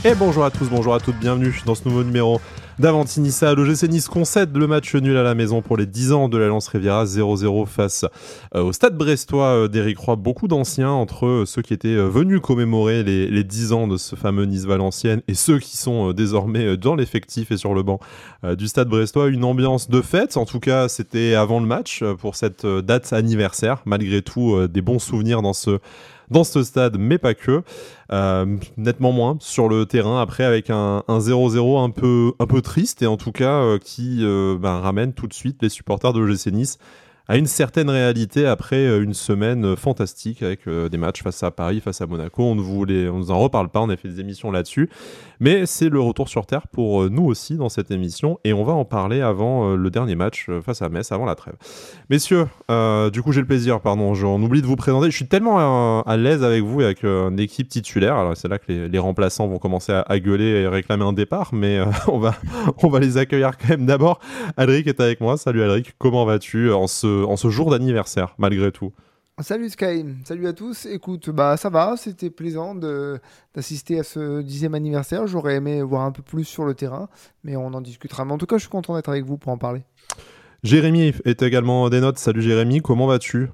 Et bonjour à tous, bonjour à toutes, bienvenue dans ce nouveau numéro d'Avanti Nissa. L'OGC Nice concède le match nul à la maison pour les 10 ans de la Lance Riviera, 0-0 face au stade brestois d'Éric Roy. Beaucoup d'anciens entre ceux qui étaient venus commémorer les 10 ans de ce fameux Nice-Valenciennes et ceux qui sont désormais dans l'effectif et sur le banc du stade brestois. Une ambiance de fête, en tout cas c'était avant le match pour cette date anniversaire. Malgré tout, des bons souvenirs dans ce stade, mais pas que. Nettement moins sur le terrain, après avec un 0-0 un peu triste, et en tout cas qui ramène tout de suite les supporters de l'OGC Nice à une certaine réalité après une semaine fantastique avec des matchs face à Paris, face à Monaco. On nous en reparle pas, on a fait des émissions là-dessus, mais c'est le retour sur terre pour nous aussi dans cette émission, et on va en parler avant le dernier match face à Metz, avant la trêve. Messieurs, du coup j'ai le plaisir, on oublie de vous présenter, je suis tellement à l'aise avec vous et avec une équipe titulaire, alors c'est là que les remplaçants vont commencer à gueuler et réclamer un départ, mais on va les accueillir quand même. D'abord, Alric est avec moi. Salut Alric, comment vas-tu en ce jour d'anniversaire malgré tout? Salut Sky, salut à tous. Écoute, ça va, c'était plaisant d'assister à ce 10e anniversaire. J'aurais aimé voir un peu plus sur le terrain, mais on en discutera. Mais en tout cas, je suis content d'être avec vous pour en parler. Jérémy est également des notes. Salut Jérémy, comment vas-tu?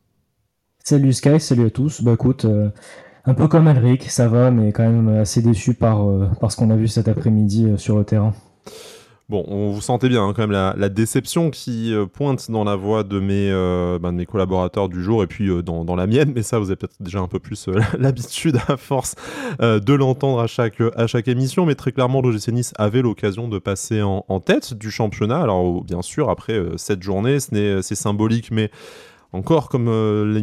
Salut Sky, salut à tous. Écoute, un peu comme Alric, ça va, mais quand même assez déçu par ce qu'on a vu cet après-midi sur le terrain. Bon, on vous sentait bien quand même la déception qui pointe dans la voix de mes collaborateurs du jour, et puis dans la mienne, mais ça vous avez peut-être déjà un peu plus l'habitude à force de l'entendre à chaque émission. Mais très clairement, l'OGC Nice avait l'occasion de passer en tête du championnat. Alors bien sûr, après 7 journées, c'est symbolique, mais encore comme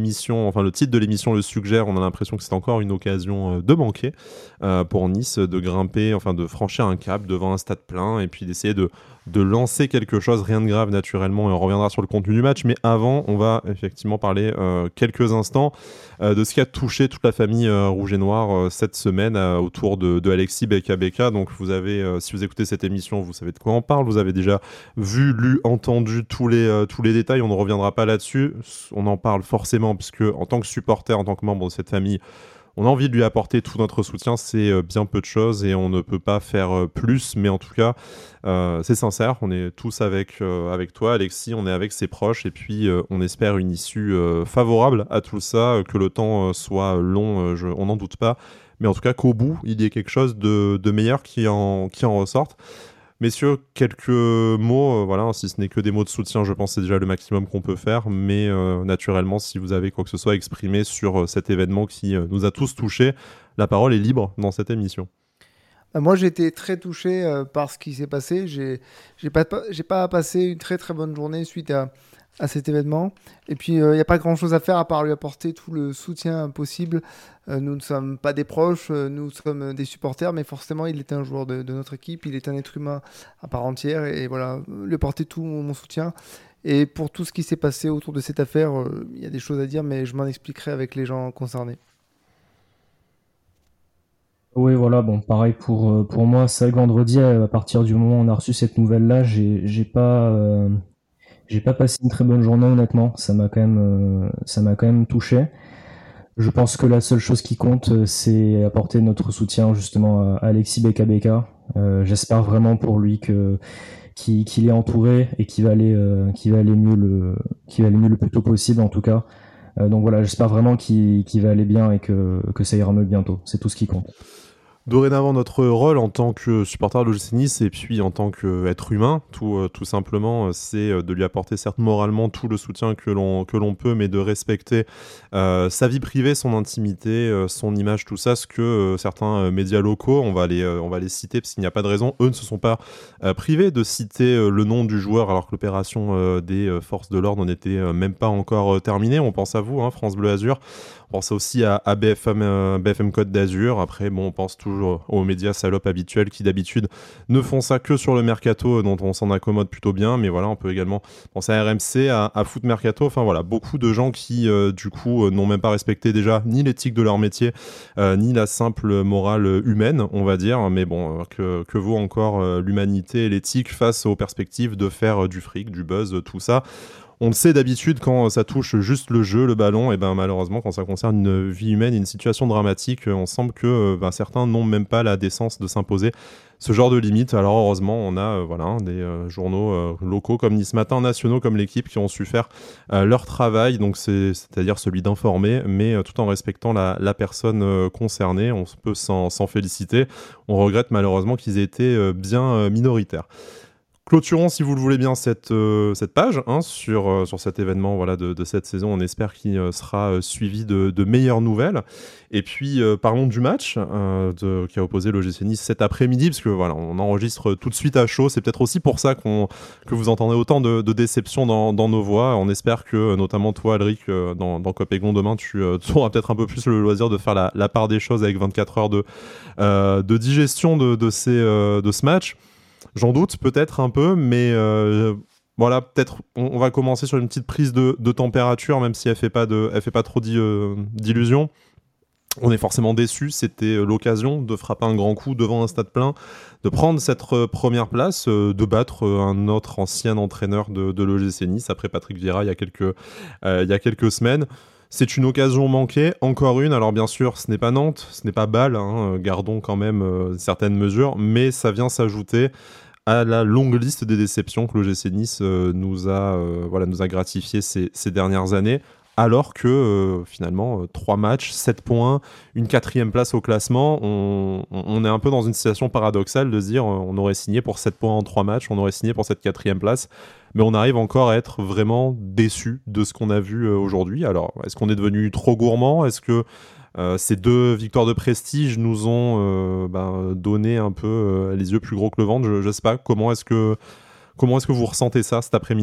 le titre de l'émission le suggère, on a l'impression que c'est encore une occasion de manquer pour Nice, de grimper, enfin de franchir un cap devant un stade plein, et puis d'essayer de lancer quelque chose. Rien de grave naturellement, et on reviendra sur le contenu du match, mais avant on va effectivement parler quelques instants de ce qui a touché toute la famille rouge et noir cette semaine autour de Alexis Beka. Donc vous avez, si vous écoutez cette émission, vous savez de quoi on parle, vous avez déjà vu, lu, entendu tous les détails, on ne reviendra pas là-dessus. On en parle forcément puisque en tant que supporter, en tant que membre de cette famille, on a envie de lui apporter tout notre soutien. C'est bien peu de choses et on ne peut pas faire plus, mais en tout cas c'est sincère. On est tous avec toi Alexis, on est avec ses proches, et puis on espère une issue favorable à tout ça, que le temps soit long, on n'en doute pas, mais en tout cas qu'au bout il y ait quelque chose de meilleur qui en ressorte. Messieurs, quelques mots, voilà, si ce n'est que des mots de soutien, je pense que c'est déjà le maximum qu'on peut faire, mais naturellement, si vous avez quoi que ce soit à exprimer sur cet événement qui nous a tous touchés, la parole est libre dans cette émission. Moi, j'ai été très touché par ce qui s'est passé. J'ai pas passé une très très bonne journée suite à cet événement. Et puis, il n'y a pas grand-chose à faire à part lui apporter tout le soutien possible. Nous ne sommes pas des proches, nous sommes des supporters, mais forcément, il est un joueur de notre équipe, il est un être humain à part entière. Et voilà, lui apporter tout mon soutien. Et pour tout ce qui s'est passé autour de cette affaire, il y a des choses à dire, mais je m'en expliquerai avec les gens concernés. Oui, voilà, pareil pour moi, c'est vrai que vendredi, à partir du moment où on a reçu cette nouvelle-là, j'ai pas passé une très bonne journée, honnêtement. Ça m'a quand même touché. Je pense que la seule chose qui compte, c'est apporter notre soutien justement à Alexis Beka. J'espère vraiment pour lui qu'il est entouré et qu'il va aller mieux le plus tôt possible en tout cas. Donc voilà, j'espère vraiment qu'il va aller bien et que ça ira mieux bientôt. C'est tout ce qui compte. Dorénavant, notre rôle en tant que supporter de l'OGC Nice et puis en tant qu'être humain, tout simplement, c'est de lui apporter certes moralement tout le soutien que l'on peut, mais de respecter sa vie privée, son intimité, son image, tout ça, ce que certains médias locaux, on va les citer parce qu'il n'y a pas de raison, eux ne se sont pas privés de citer le nom du joueur alors que l'opération des forces de l'ordre n'était même pas encore terminée. On pense à vous, hein, France Bleu Azur. On pense aussi à BFM Côte d'Azur. Après, on pense toujours aux médias salopes habituels qui d'habitude ne font ça que sur le mercato, dont on s'en accommode plutôt bien. Mais voilà, on peut également penser à RMC, à Foot Mercato. Enfin voilà, beaucoup de gens qui du coup n'ont même pas respecté déjà ni l'éthique de leur métier, ni la simple morale humaine, on va dire. Mais bon, que vaut encore l'humanité et l'éthique face aux perspectives de faire du fric, du buzz, tout ça. On le sait d'habitude, quand ça touche juste le jeu, le ballon, et ben malheureusement, quand ça concerne une vie humaine et une situation dramatique, on semble que certains n'ont même pas la décence de s'imposer ce genre de limite. Alors heureusement, on a des journaux locaux comme Nice Matin, nationaux comme l'équipe, qui ont su faire leur travail, donc c'est-à-dire celui d'informer, mais tout en respectant la personne concernée. On peut s'en féliciter. On regrette malheureusement qu'ils aient été bien minoritaires. Clôturons, si vous le voulez bien, cette page sur cet événement de cette saison. On espère qu'il sera suivi de meilleures nouvelles. Et puis, parlons du match qui a opposé l'OGC Nice cet après-midi, parce que on enregistre tout de suite à chaud. C'est peut-être aussi pour ça que vous entendez autant de déception dans nos voix. On espère que, notamment toi, Alric, dans Copégon demain, tu auras peut-être un peu plus le loisir de faire la part des choses avec 24 heures de digestion de ce match. J'en doute peut-être un peu, mais peut-être on va commencer sur une petite prise de température, même si elle fait pas trop d'illusions. On est forcément déçus, c'était l'occasion de frapper un grand coup devant un stade plein, de prendre cette première place, de battre un autre ancien entraîneur de l'OGC Nice, après Patrick Vieira il y a quelques semaines. C'est une occasion manquée, encore une. Alors bien sûr, ce n'est pas Nantes, ce n'est pas Bâle, gardons quand même certaines mesures, mais ça vient s'ajouter à la longue liste des déceptions que l'OGC Nice nous a gratifié ces dernières années, alors que finalement 3 matchs, 7 points, une 4e place au classement, on est un peu dans une situation paradoxale de se dire on aurait signé pour 7 points en 3 matchs, on aurait signé pour cette 4e place, mais on arrive encore à être vraiment déçu de ce qu'on a vu aujourd'hui. Alors, est-ce qu'on est devenu trop gourmand ? Est-ce que ces 2 victoires de prestige nous ont donné un peu les yeux plus gros que le ventre ? Je ne sais pas. Comment est-ce que vous ressentez ça cet après-midi ?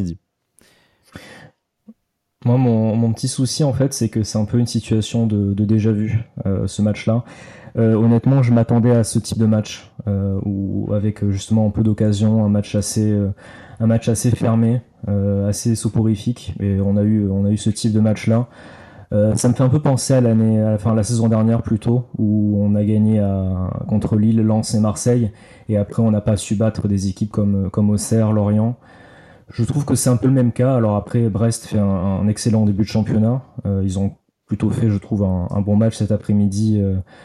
Moi, mon petit souci, en fait, c'est que c'est un peu une situation de déjà vu, ce match-là. Honnêtement, je m'attendais à ce type de match, où avec justement un peu d'occasion, un match assez fermé, assez soporifique. Et on a eu ce type de match-là. Ça me fait un peu penser à la saison dernière plutôt, où on a gagné contre Lille, Lens et Marseille, et après on n'a pas su battre des équipes comme Auxerre, Lorient. Je trouve que c'est un peu le même cas. Alors après, Brest fait un excellent début de championnat. Ils ont plutôt fait, je trouve, un bon match cet après-midi,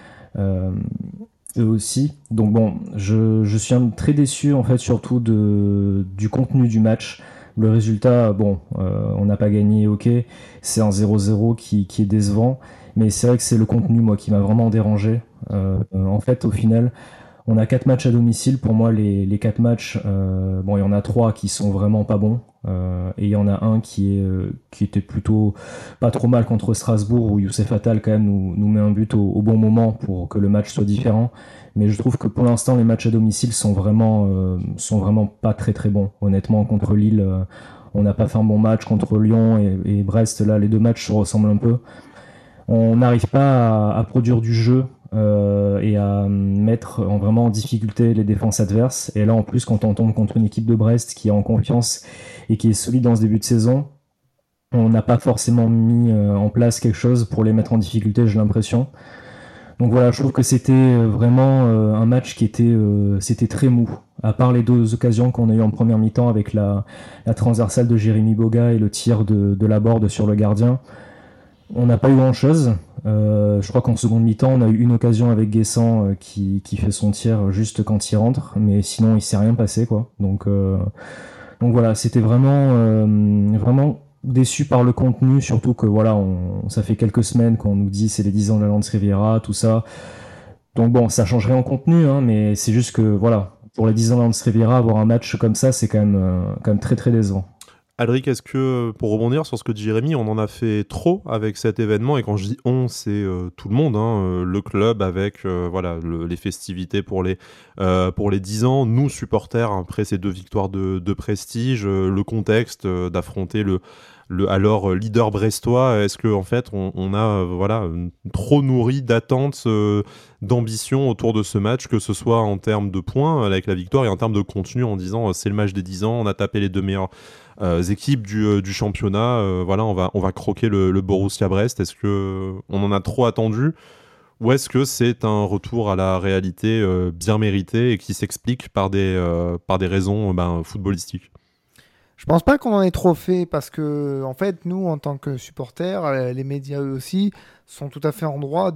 eux aussi. Donc bon, je suis très déçu en fait, surtout du contenu du match. Le résultat, on n'a pas gagné, ok, c'est un 0-0 qui est décevant, mais c'est vrai que c'est le contenu, moi, qui m'a vraiment dérangé. En fait, au final, on a 4 matchs à domicile. Pour moi, les 4 matchs, il y en a 3 qui sont vraiment pas bons, et il y en a un qui était plutôt pas trop mal contre Strasbourg, où Youssef Attal quand même nous met un but au bon moment pour que le match soit différent. Mais je trouve que pour l'instant, les matchs à domicile sont vraiment pas très très bons. Honnêtement, contre Lille, on n'a pas fait un bon match. Contre Lyon et Brest, là, les 2 matchs se ressemblent un peu. On n'arrive pas à produire du jeu et à mettre vraiment en difficulté les défenses adverses. Et là, en plus, quand on tombe contre une équipe de Brest qui est en confiance et qui est solide dans ce début de saison, on n'a pas forcément mis en place quelque chose pour les mettre en difficulté, j'ai l'impression. Donc voilà, je trouve que c'était vraiment un match qui c'était très mou. À part les 2 occasions qu'on a eues en première mi-temps avec la transversale de Jérémy Boga et le tir de Laborde sur le gardien, on n'a pas eu grand-chose. Je crois qu'en seconde mi-temps, on a eu une occasion avec Guessant qui fait son tir juste quand il rentre, mais sinon il s'est rien passé, quoi. Donc voilà, c'était vraiment déçu par le contenu, surtout que ça fait quelques semaines qu'on nous dit c'est les 10 ans de la Lance Riviera, tout ça. Donc bon, ça change rien en contenu, mais c'est juste que pour les 10 ans de la Lance Riviera, avoir un match comme ça, c'est quand même très très décevant. Alric, est-ce que, pour rebondir sur ce que dit Jérémy, on en a fait trop avec cet événement, et quand je dis on, c'est tout le monde, le club avec les festivités pour les 10 ans, nous supporters après ces 2 victoires de prestige, le contexte d'affronter le alors leader brestois. Est-ce que en fait on a trop nourri d'attentes, d'ambition autour de ce match, que ce soit en termes de points avec la victoire et en termes de contenu, en disant c'est le match des 10 ans, on a tapé les 2 meilleures équipes du championnat, on va croquer le Borussia Brest. Est-ce que on en a trop attendu, ou est-ce que c'est un retour à la réalité bien mérité et qui s'explique par des raisons footballistiques ? Je pense pas qu'on en ait trop fait parce que, en fait, nous, en tant que supporters, les médias eux aussi, sont tout à fait en droit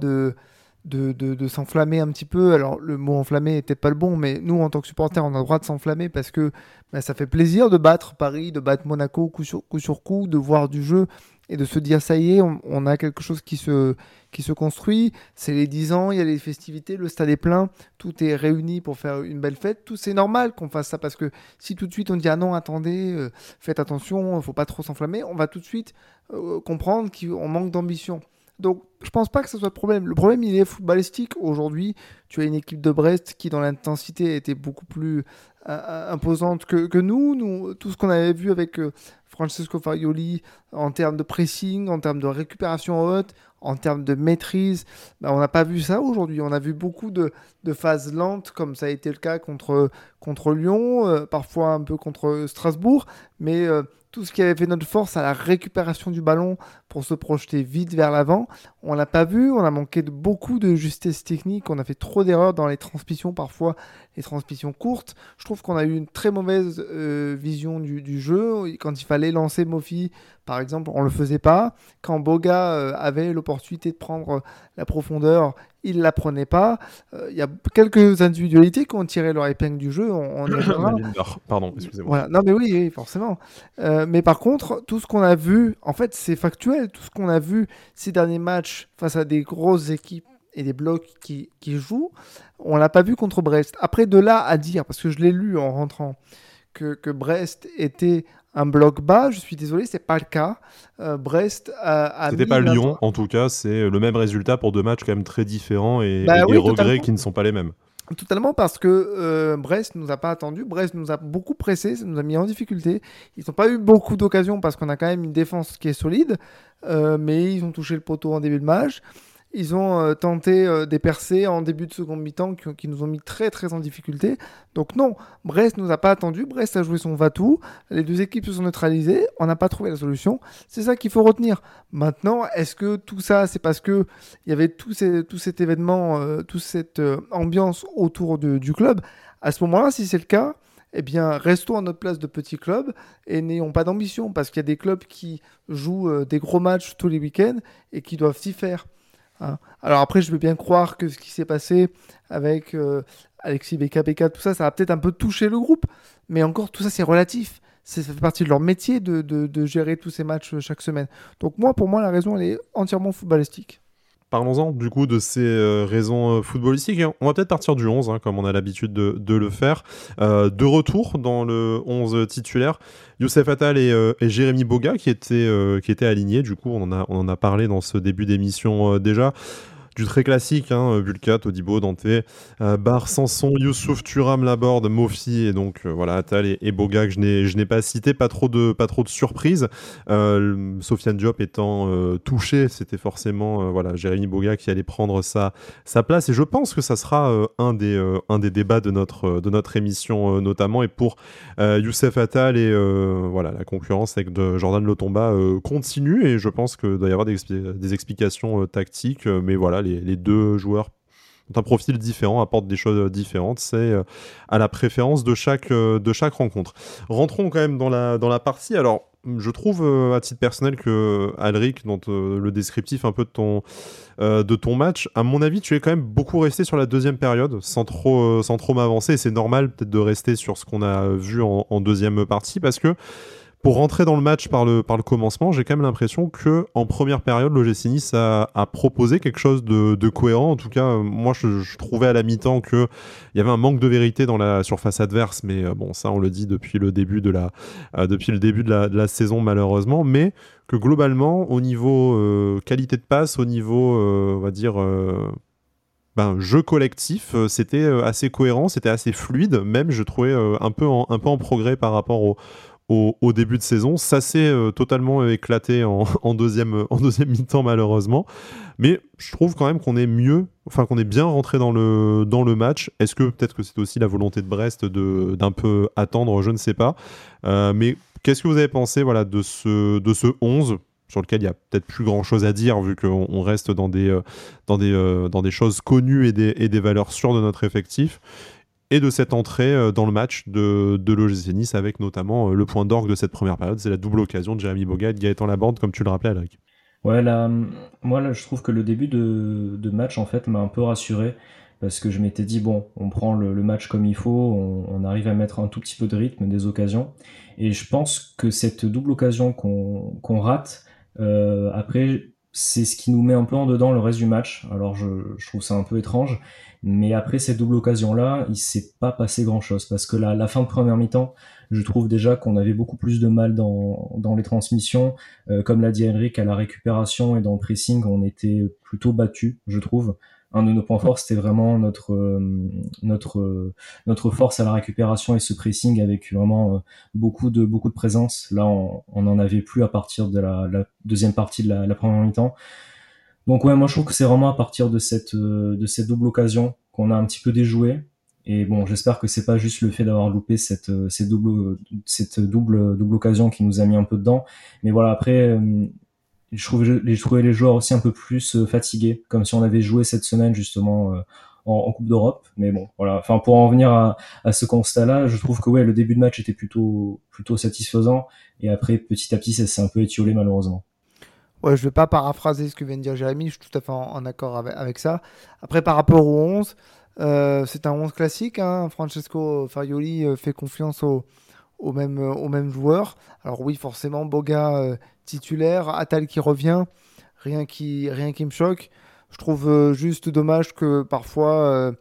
de s'enflammer un petit peu. Alors, le mot enflammer est peut-être pas le bon, mais nous, en tant que supporters, on a le droit de s'enflammer parce que ça fait plaisir de battre Paris, de battre Monaco coup sur coup, de voir du jeu et de se dire, ça y est, on a quelque chose qui se construit. C'est les 10 ans, il y a les festivités, le stade est plein, tout est réuni pour faire une belle fête. Tout c'est normal qu'on fasse ça parce que si tout de suite on dit, ah non, attendez, faites attention, faut pas trop s'enflammer, on va tout de suite comprendre qu'on manque d'ambition. Donc, je pense pas que ce soit le problème. Le problème, il est footballistique. Aujourd'hui, tu as une équipe de Brest qui, dans l'intensité, était beaucoup plus imposante que nous. Nous. Tout ce qu'on avait vu avec Francesco Farioli en termes de pressing, en termes de récupération haute, en termes de maîtrise, on n'a pas vu ça aujourd'hui. On a vu beaucoup de phases lentes, comme ça a été le cas contre Lyon, parfois un peu contre Strasbourg, mais tout ce qui avait fait notre force à la récupération du ballon pour se projeter vite vers l'avant, on l'a pas vu. On a manqué de beaucoup de justesse technique. On a fait trop d'erreurs dans les transmissions, parfois les transmissions courtes. Je trouve qu'on a eu une très mauvaise vision du jeu. Quand il fallait lancer Mofi, par exemple, on le faisait pas. Quand Boga avait l'opportunité de prendre la profondeur, il la prenait pas. Il y a quelques individualités qui ont tiré leur épingle du jeu. On y reviendra. Pardon, excusez-moi. Voilà. Non, mais oui, forcément. Mais par contre, tout ce qu'on a vu, en fait, c'est factuel. Tout ce qu'on a vu ces derniers matchs face à des grosses équipes et des blocs qui jouent, on l'a pas vu contre Brest. Après, de là à dire, parce que je l'ai lu en rentrant, que Brest était un bloc bas, je suis désolé, c'est pas le cas. Brest a C'était pas Lyon, en tout cas, c'est le même résultat pour deux matchs quand même très différents et des regrets totalement. qui ne sont pas les mêmes. Totalement, parce que Brest nous a pas attendu, Brest nous a beaucoup pressé, ça nous a mis en difficulté. Ils n'ont pas eu beaucoup d'occasions parce qu'on a quand même une défense qui est solide, mais ils ont touché le poteau en début de match. Ils ont tenté des percées en début de seconde mi-temps qui nous ont mis très très en difficulté. Donc non, Brest nous a pas attendu, Brest a joué son va-tout, les deux équipes se sont neutralisées, on n'a pas trouvé la solution. C'est ça qu'il faut retenir. Maintenant, est-ce que tout ça, c'est parce que il y avait tout cet événement, toute cette ambiance autour du club? À ce moment-là, si c'est le cas, eh bien, restons à notre place de petit club et n'ayons pas d'ambition, parce qu'il y a des clubs qui jouent des gros matchs tous les week-ends et qui doivent s'y faire. Hein. Alors après, je veux bien croire que ce qui s'est passé avec Alexis BKBK, tout ça, ça a peut-être un peu touché le groupe, mais encore, tout ça, c'est relatif. Ça fait partie de leur métier de gérer tous ces matchs chaque semaine. Donc pour moi, la raison, elle est entièrement footballistique. Parlons-en du coup de ces raisons footballistiques. On va peut-être partir du 11, comme on a l'habitude de le faire. De retour dans le 11 titulaire, Youssef Attal et Jérémy Boga qui étaient alignés. Du coup, on en a parlé dans ce début d'émission déjà. Du très classique, Vulcat, Odibo, Dante, Bar, Sanson, Youssouf, Thuram, Laborde, Mofi et donc voilà Attal et Boga que je n'ai pas cité, pas trop de surprises. Sofiane Diop étant touché, c'était forcément Jérémy Boga qui allait prendre sa place et je pense que ça sera un des débats de notre émission notamment. Et pour Youssef Attal et la concurrence avec Jordan Lotomba continue et je pense qu'il doit y avoir des explications tactiques, mais voilà, les deux joueurs ont un profil différent, apportent des choses différentes. C'est à la préférence de chaque rencontre. Rentrons quand même dans la partie. Alors, je trouve à titre personnel que Alric, dans le descriptif un peu de ton match, à mon avis, tu es quand même beaucoup resté sur la deuxième période, sans trop m'avancer. Et c'est normal peut-être de rester sur ce qu'on a vu en deuxième partie, parce que pour rentrer dans le match par le commencement, j'ai quand même l'impression que en première période, l'OGC Nice a proposé quelque chose de cohérent. En tout cas, moi, je trouvais à la mi-temps qu'il y avait un manque de vérité dans la surface adverse. Mais bon, ça, on le dit depuis le début de la saison, malheureusement. Mais que globalement, au niveau qualité de passe, au niveau, on va dire... jeu collectif, c'était assez cohérent, c'était assez fluide, même je trouvais un peu en progrès par rapport au début de saison. Ça s'est totalement éclaté en deuxième mi-temps malheureusement, mais je trouve quand même qu'on est bien rentré dans le match. Est-ce que peut-être que c'est aussi la volonté de Brest d'un peu attendre, je ne sais pas, mais qu'est-ce que vous avez pensé de ce 11 sur lequel il y a peut-être plus grand chose à dire vu qu'on reste dans des choses connues et des valeurs sûres de notre effectif? et de cette entrée dans le match de l'OGC Nice, avec notamment le point d'orgue de cette première période, c'est la double occasion de Jérémy Boga et de Gaëtan Laborde, comme tu le rappelais, Alec. Ouais, moi là, je trouve que le début de match en fait m'a un peu rassuré parce que je m'étais dit bon, on prend le match comme il faut, on arrive à mettre un tout petit peu de rythme, des occasions, et je pense que cette double occasion qu'on rate, après c'est ce qui nous met un peu en dedans le reste du match. Alors je trouve ça un peu étrange, mais après cette double occasion là, il s'est pas passé grand chose parce que la fin de première mi-temps, je trouve déjà qu'on avait beaucoup plus de mal dans les transmissions. Comme l'a dit Henrik, à la récupération et dans le pressing, on était plutôt battu, je trouve. Un de nos points forts, c'était vraiment notre force à la récupération et ce pressing avec vraiment beaucoup de présence. Là, on n'en avait plus à partir de la deuxième partie de la première mi-temps. Donc ouais, moi je trouve que c'est vraiment à partir de cette double occasion qu'on a un petit peu déjoué. Et bon, j'espère que c'est pas juste le fait d'avoir loupé cette double occasion qui nous a mis un peu dedans. Mais voilà, après, je trouvais les joueurs aussi un peu plus fatigués, comme si on avait joué cette semaine justement en Coupe d'Europe. Mais bon, voilà. Enfin, pour en venir à ce constat-là, je trouve que ouais, le début de match était plutôt satisfaisant. Et après, petit à petit, ça s'est un peu étiolé malheureusement. Ouais, je vais pas paraphraser ce que vient de dire Jérémy, je suis tout à fait en accord avec ça. Après, par rapport au 11, c'est un 11 classique, hein. Francesco Farioli fait confiance au même joueur. Alors oui, forcément, Boga titulaire, Attal qui revient, rien qui me choque. Je trouve juste dommage que parfois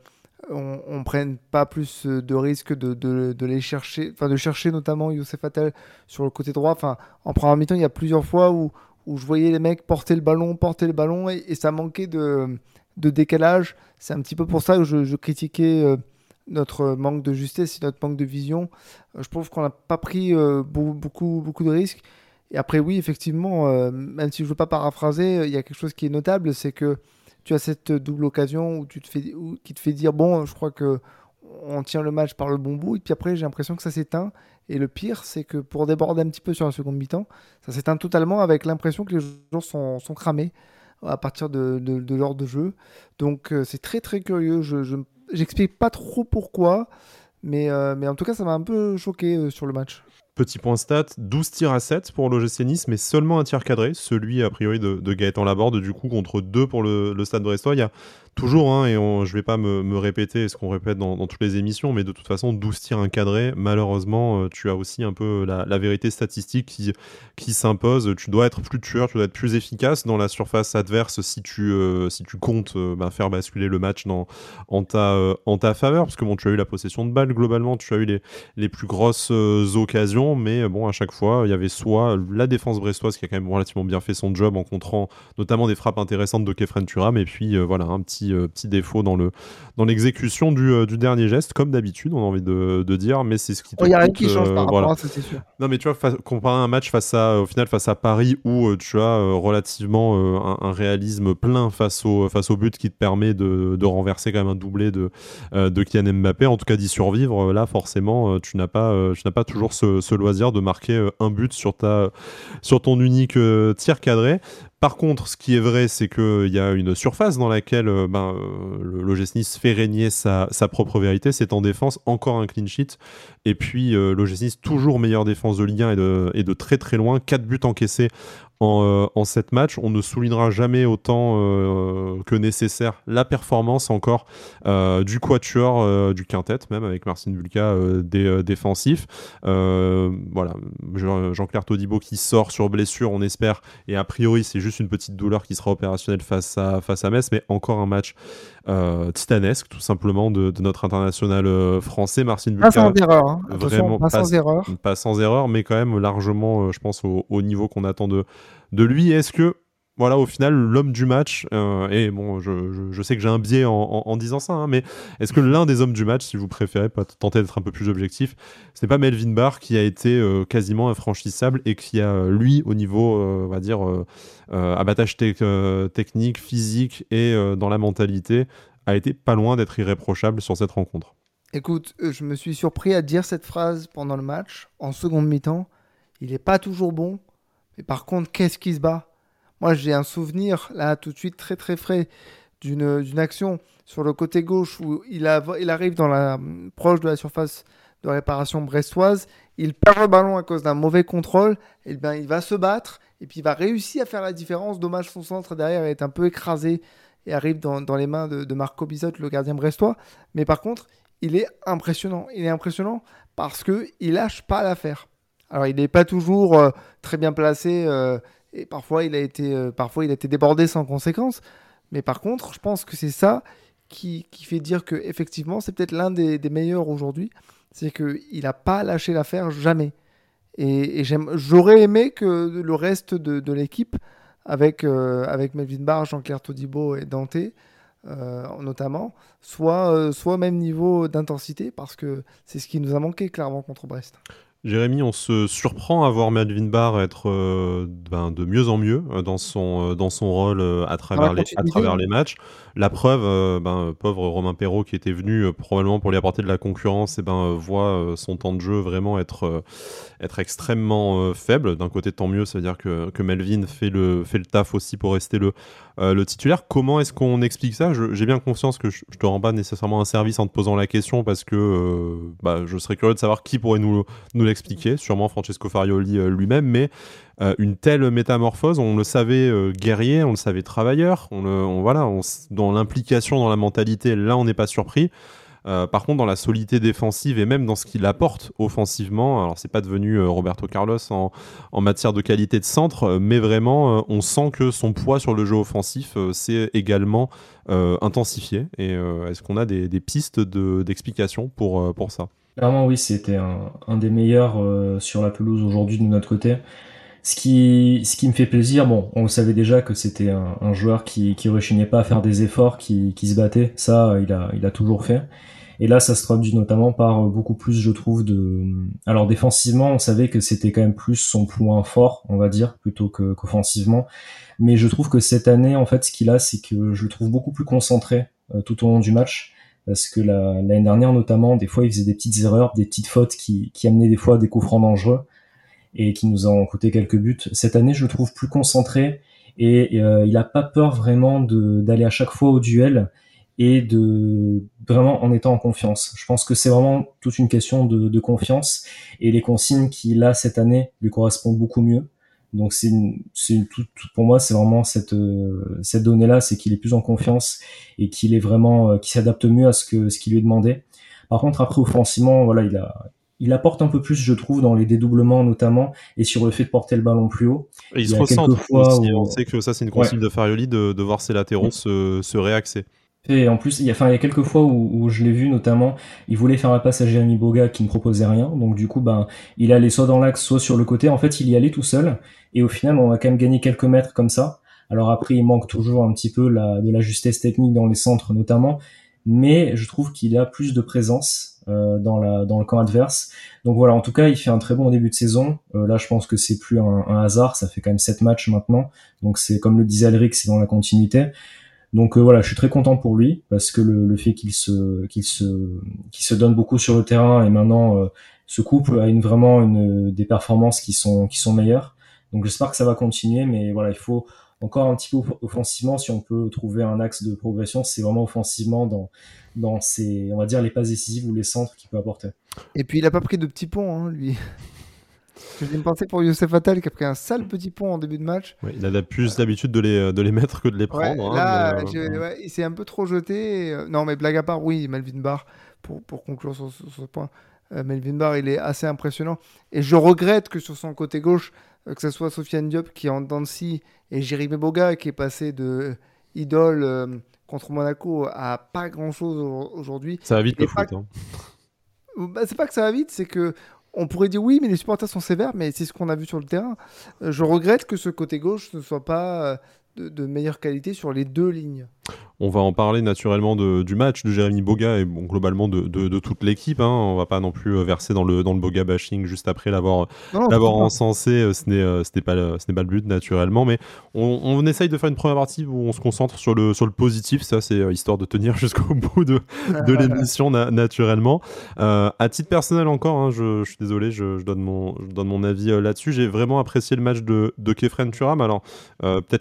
on prenne pas plus de risques de les chercher, enfin de chercher notamment Youssef Attal sur le côté droit. Enfin, en première mi-temps, il y a plusieurs fois où je voyais les mecs porter le ballon et ça manquait de décalage. C'est un petit peu pour ça que je critiquais notre manque de justesse et notre manque de vision. Je trouve qu'on n'a pas pris beaucoup de risques. Et après, oui, effectivement, même si je ne veux pas paraphraser, il y a quelque chose qui est notable, c'est que tu as cette double occasion qui te fait dire, bon, je crois que on tient le match par le bon bout, et puis après, j'ai l'impression que ça s'éteint. Et le pire, c'est que pour déborder un petit peu sur la seconde mi-temps, ça s'éteint totalement avec l'impression que les joueurs sont cramés à partir de l'heure de jeu. Donc, c'est très très curieux. J'explique pas trop pourquoi, mais en tout cas, ça m'a un peu choqué sur le match. Petit point stat, 12 tirs à 7 pour l'OGC Nice, mais seulement un tir cadré, celui a priori de Gaëtan Laborde, du coup contre 2 pour le Stade Brestois. Il y a toujours, hein, et je vais pas me répéter ce qu'on répète dans toutes les émissions, mais de toute façon, 12 tirs encadrés, malheureusement, tu as aussi un peu la vérité statistique qui s'impose. Tu dois être plus tueur, tu dois être plus efficace dans la surface adverse si tu comptes faire basculer le match en ta faveur, parce que bon, tu as eu la possession de balle, globalement, tu as eu les plus grosses occasions, mais bon, à chaque fois, il y avait soit la défense brestoise qui a quand même relativement bien fait son job en contrant notamment des frappes intéressantes de Kefren Turam, et puis voilà, un petit défaut dans l'exécution du dernier geste, comme d'habitude, on a envie de dire, mais c'est ce qui te Il n'y a rien coûte, qui change par rapport voilà. à ça, c'est sûr. Non, mais tu vois, comparer un match au final face à Paris où tu as relativement un réalisme plein face au but qui te permet de renverser quand même un doublé de Kylian Mbappé, en tout cas d'y survivre, là forcément tu n'as pas toujours ce loisir de marquer un but sur ton unique tir cadré. Par contre, ce qui est vrai, c'est qu'il y a une surface dans laquelle l'OGC Nice fait régner sa propre vérité. C'est en défense, encore un clean sheet. Et puis, l'OGC Nice, toujours meilleure défense de Ligue 1 et de très très loin. 4 buts encaissés en 7 matchs. On ne soulignera jamais autant que nécessaire la performance encore du quatuor, du quintet même, avec Marcin Bulka défensif. Voilà, Jean-Claire Todibo qui sort sur blessure, on espère, et a priori c'est juste une petite douleur qui sera opérationnelle face à Metz, mais encore un match titanesque tout simplement de notre international français, Marcin Bulka. Pas sans erreur, hein. Attention, Vraiment pas sans erreur. pas sans erreur, mais quand même largement, je pense, au niveau qu'on attend de lui. Est-ce que, voilà, au final, l'homme du match, et bon, je sais que j'ai un biais en disant ça, hein, mais est-ce que l'un des hommes du match, si vous préférez pas tenter d'être un peu plus objectif, ce n'est pas Melvin Barr qui a été quasiment infranchissable et qui a, lui, au niveau, on va dire, abattage technique, physique et dans la mentalité, a été pas loin d'être irréprochable sur cette rencontre? Écoute, je me suis surpris à dire cette phrase pendant le match, en seconde mi-temps. Il n'est pas toujours bon, mais par contre, qu'est-ce qui se bat? Moi, j'ai un souvenir, là, tout de suite, très très frais, d'une action sur le côté gauche où il arrive proche de la surface de réparation brestoise, il perd le ballon à cause d'un mauvais contrôle, et ben il va se battre et puis il va réussir à faire la différence. Dommage, son centre derrière est un peu écrasé et arrive dans les mains de Marco Bizotte, le gardien brestois. Mais par contre, il est impressionnant. Il est impressionnant parce qu'il lâche pas l'affaire. Alors, il n'est pas toujours très bien placé et parfois il a été débordé sans conséquence. Mais par contre, je pense que c'est ça qui fait dire qu'effectivement, c'est peut-être l'un des meilleurs aujourd'hui. C'est qu'il n'a pas lâché l'affaire jamais. Et j'aurais aimé que le reste de l'équipe, avec Melvin Barr, Jean-Claire Todibo et Dante, notamment, soit au même niveau d'intensité, parce que c'est ce qui nous a manqué clairement contre Brest. Jérémy, on se surprend à voir Melvin Barr être de mieux en mieux dans son rôle à travers les matchs. La preuve, pauvre Romain Perrault qui était venu probablement pour lui apporter de la concurrence, voit son temps de jeu vraiment être extrêmement faible. D'un côté, tant mieux, ça veut dire que Melvin fait le taf aussi pour rester le titulaire. Comment est-ce qu'on explique ça ? J'ai bien conscience que je te rends pas nécessairement un service en te posant la question parce que je serais curieux de savoir qui pourrait nous l'expliquer. Sûrement Francesco Farioli lui-même, mais une telle métamorphose, on le savait guerrier, on le savait travailleur, dans l'implication, dans la mentalité, là on n'est pas surpris. Par contre, dans la solidité défensive et même dans ce qu'il apporte offensivement, alors c'est pas devenu Roberto Carlos en matière de qualité de centre, mais vraiment, on sent que son poids sur le jeu offensif s'est également intensifié. Et est-ce qu'on a des pistes d'explication pour ça ? Clairement, oui, c'était un des meilleurs sur la pelouse aujourd'hui de notre côté. Ce qui me fait plaisir, bon, on savait déjà que c'était un joueur qui rechignait pas à faire des efforts, qui se battait. Ça, il a toujours fait. Et là, ça se traduit notamment par beaucoup plus, je trouve, alors défensivement, on savait que c'était quand même plus son point fort, on va dire, plutôt qu'offensivement. Mais je trouve que cette année, en fait, ce qu'il a, c'est que je le trouve beaucoup plus concentré tout au long du match. Parce que l'année dernière, notamment, des fois, il faisait des petites erreurs, des petites fautes qui amenaient des fois des coups francs dangereux et qui nous ont coûté quelques buts. Cette année, je le trouve plus concentré et il a pas peur vraiment d'aller à chaque fois au duel et de vraiment en étant en confiance. Je pense que c'est vraiment toute une question de confiance et les consignes qu'il a cette année lui correspondent beaucoup mieux. Donc pour moi, c'est vraiment cette donnée-là, c'est qu'il est plus en confiance et qu'il est vraiment qui s'adapte mieux à ce qui lui est demandé. Par contre, après offensivement, voilà, il apporte un peu plus, je trouve, dans les dédoublements notamment, et sur le fait de porter le ballon plus haut. Et il se recentre aussi. On sait que ça, c'est une consigne de Farioli de voir ses latéraux se réaxer. Et en plus, il y a quelques fois où je l'ai vu, notamment, il voulait faire la passe à Jérémy Boga qui ne proposait rien. Donc du coup, il allait soit dans l'axe, soit sur le côté. En fait, il y allait tout seul. Et au final, on a quand même gagné quelques mètres comme ça. Alors après, il manque toujours un petit peu de la justesse technique dans les centres notamment. Mais je trouve qu'il a plus de présence dans le camp adverse. Donc voilà, en tout cas, il fait un très bon début de saison. Là, je pense que c'est plus un hasard. Ça fait quand même 7 matchs maintenant. Donc c'est comme le disait Alric, c'est dans la continuité. Donc voilà, je suis très content pour lui parce que le fait qu'il se donne beaucoup sur le terrain et maintenant se couple à vraiment des performances qui sont meilleures. Donc j'espère que ça va continuer, mais voilà, il faut encore un petit peu offensivement, si on peut trouver un axe de progression, c'est vraiment offensivement dans ces, on va dire, les passes décisives ou les centres qu'il peut apporter. Et puis il a pas pris de petits ponts, hein, lui. J'ai me penser pour Youssef Attal qui a pris un sale petit pont en début de match. Ouais, il a plus l'habitude de les mettre que de les prendre. Ouais, là, il s'est un peu trop jeté. Non, mais blague à part, oui, Melvin Barr, pour conclure sur ce point, Melvin Barr, il est assez impressionnant. Et je regrette que sur son côté gauche, que ce soit Sofiane Diop qui est en dents de scie et Jérémy Boga qui est passé de idole contre Monaco à pas grand-chose aujourd'hui. Ça va vite le foot. C'est pas que ça va vite, c'est que on pourrait dire oui, mais les supporters sont sévères, mais c'est ce qu'on a vu sur le terrain. Je regrette que ce côté gauche ne soit pas de meilleure qualité sur les deux lignes. On va en parler naturellement du match de Jérémy Boga et globalement de toute l'équipe. On va pas non plus verser dans le Boga bashing juste après l'avoir encensé. Ce n'est pas le but naturellement, mais on essaye de faire une première partie où on se concentre sur le positif. Ça, c'est histoire de tenir jusqu'au bout de l'émission naturellement. À titre personnel encore, je suis désolé, je donne mon avis là-dessus. J'ai vraiment apprécié le match de Khéphren Thuram. Alors peut-être un peu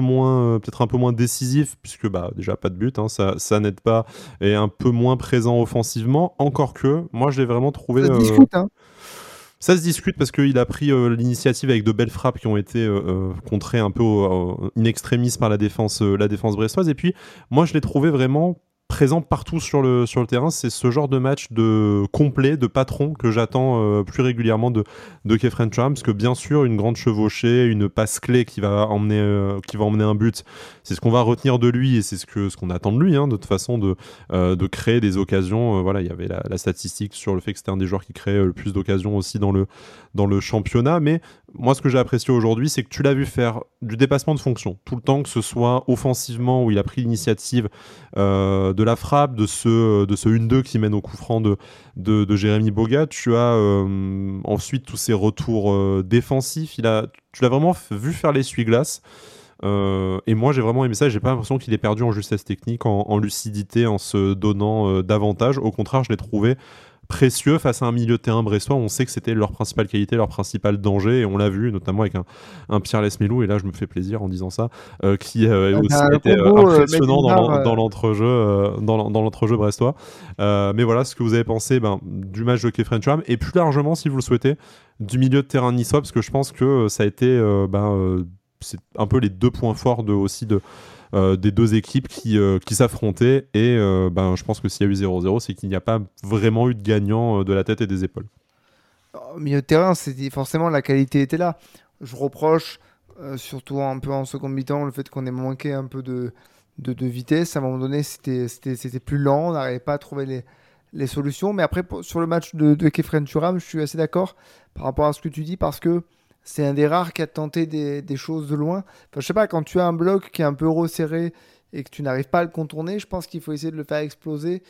peut-être un peu moins décisif, puisque déjà pas de but, hein, ça n'aide pas, et un peu moins présent offensivement. Encore que, moi je l'ai vraiment trouvé. Ça se discute, hein. Ça se discute parce qu'il a pris l'initiative avec de belles frappes qui ont été contrées un peu in extremis par la défense brestoise. Et puis, moi, je l'ai trouvé vraiment présent partout sur le terrain. C'est ce genre de match de complet, de patron que j'attends plus régulièrement de Khéphren Thuram, parce que bien sûr, une grande chevauchée, une passe clé qui va emmener un but, c'est ce qu'on va retenir de lui, et c'est ce qu'on attend de lui, hein, de toute façon, de créer des occasions. Voilà, il y avait la statistique sur le fait que c'était un des joueurs qui créait le plus d'occasions aussi dans le championnat. Mais moi, ce que j'ai apprécié aujourd'hui, c'est que tu l'as vu faire du dépassement de fonction tout le temps, que ce soit offensivement, où il a pris l'initiative de la frappe, de ce 1-2 qui mène au coup franc de Jérémy Boga. Tu as ensuite tous ses retours défensifs. Tu l'as vraiment vu faire l'essuie-glace. Et moi, j'ai vraiment aimé ça. J'ai pas l'impression qu'il est perdu en justesse technique, en lucidité, en se donnant davantage. Au contraire, je l'ai trouvé précieux face à un milieu de terrain brestois. On sait que c'était leur principale qualité, leur principal danger, et on l'a vu notamment avec un Pierre Lesmelou, et là je me fais plaisir en disant ça, qui aussi était impressionnant dans l'entrejeu dans l'entrejeu brestois. Mais voilà ce que vous avez pensé du match de Khéphren Thuram, et plus largement, si vous le souhaitez, du milieu de terrain niçois, parce que je pense que ça a été c'est un peu les deux points forts des deux équipes qui s'affrontaient, et je pense que s'il y a eu 0-0, c'est qu'il n'y a pas vraiment eu de gagnant de la tête et des épaules. Au milieu de terrain, forcément la qualité était là. Je reproche, surtout un peu en seconde mi-temps, le fait qu'on ait manqué un peu de vitesse. À un moment donné, c'était plus lent, on n'arrivait pas à trouver les solutions. Mais après, sur le match de Khéphren Thuram, je suis assez d'accord par rapport à ce que tu dis, parce que c'est un des rares qui a tenté des choses de loin. Enfin, je sais pas, quand tu as un bloc qui est un peu resserré et que tu n'arrives pas à le contourner, je pense qu'il faut essayer de le faire exploser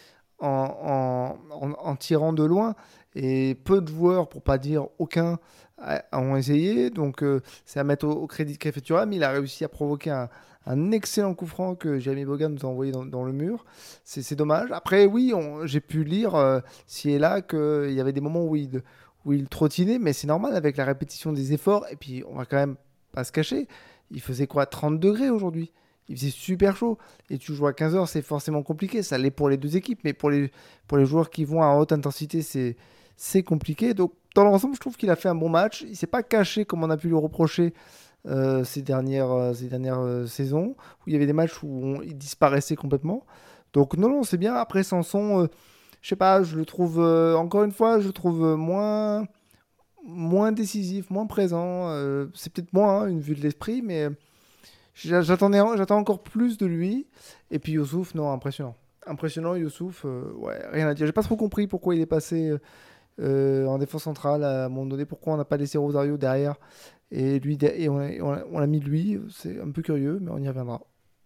en tirant de loin. Et peu de joueurs, pour pas dire aucun, ont essayé. Donc c'est à mettre au crédit de Khéphren Thuram. Il a réussi à provoquer un excellent coup franc que Jérémy Boga nous a envoyé dans le mur. C'est dommage. Après, oui, j'ai pu lire ci et là qu'il y avait des moments où il trottinait, mais c'est normal avec la répétition des efforts. Et puis, on va quand même pas se cacher, il faisait quoi, 30 degrés aujourd'hui? Il faisait super chaud. Et tu joues à 15 heures, c'est forcément compliqué. Ça l'est pour les deux équipes, mais pour les joueurs qui vont à haute intensité, c'est compliqué. Donc, dans l'ensemble, je trouve qu'il a fait un bon match. Il s'est pas caché comme on a pu lui reprocher ces dernières saisons, où il y avait des matchs où il disparaissait complètement. Donc, non, c'est bien. Après, Sanson... je sais pas, je le trouve, encore une fois, je le trouve moins décisif, moins présent. C'est peut-être moi, une vue de l'esprit, mais j'attends encore plus de lui. Et puis Youssouf, non, impressionnant. Impressionnant, Youssouf, ouais, rien à dire. J'ai pas trop compris pourquoi il est passé en défense centrale à un moment donné, pourquoi on n'a pas laissé Rosario derrière et on l'a mis lui. C'est un peu curieux, mais on y reviendra.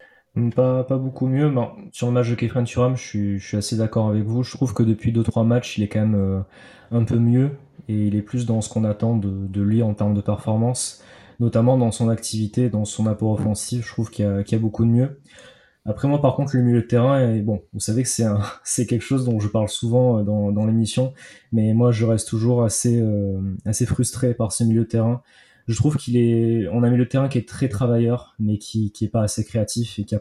Pas beaucoup mieux. Sur le match de Khéphren Thuram, je suis assez d'accord avec vous. Je trouve que depuis 2-3 matchs, il est quand même un peu mieux, et il est plus dans ce qu'on attend de lui en termes de performance, notamment dans son activité, dans son apport offensif. Je trouve qu'il y a beaucoup de mieux. Après, moi, par contre, le milieu de terrain, bon, vous savez que c'est quelque chose dont je parle souvent dans l'émission, mais moi, je reste toujours assez frustré par ce milieu de terrain. Je trouve on a un milieu de terrain qui est très travailleur, mais qui est pas assez créatif et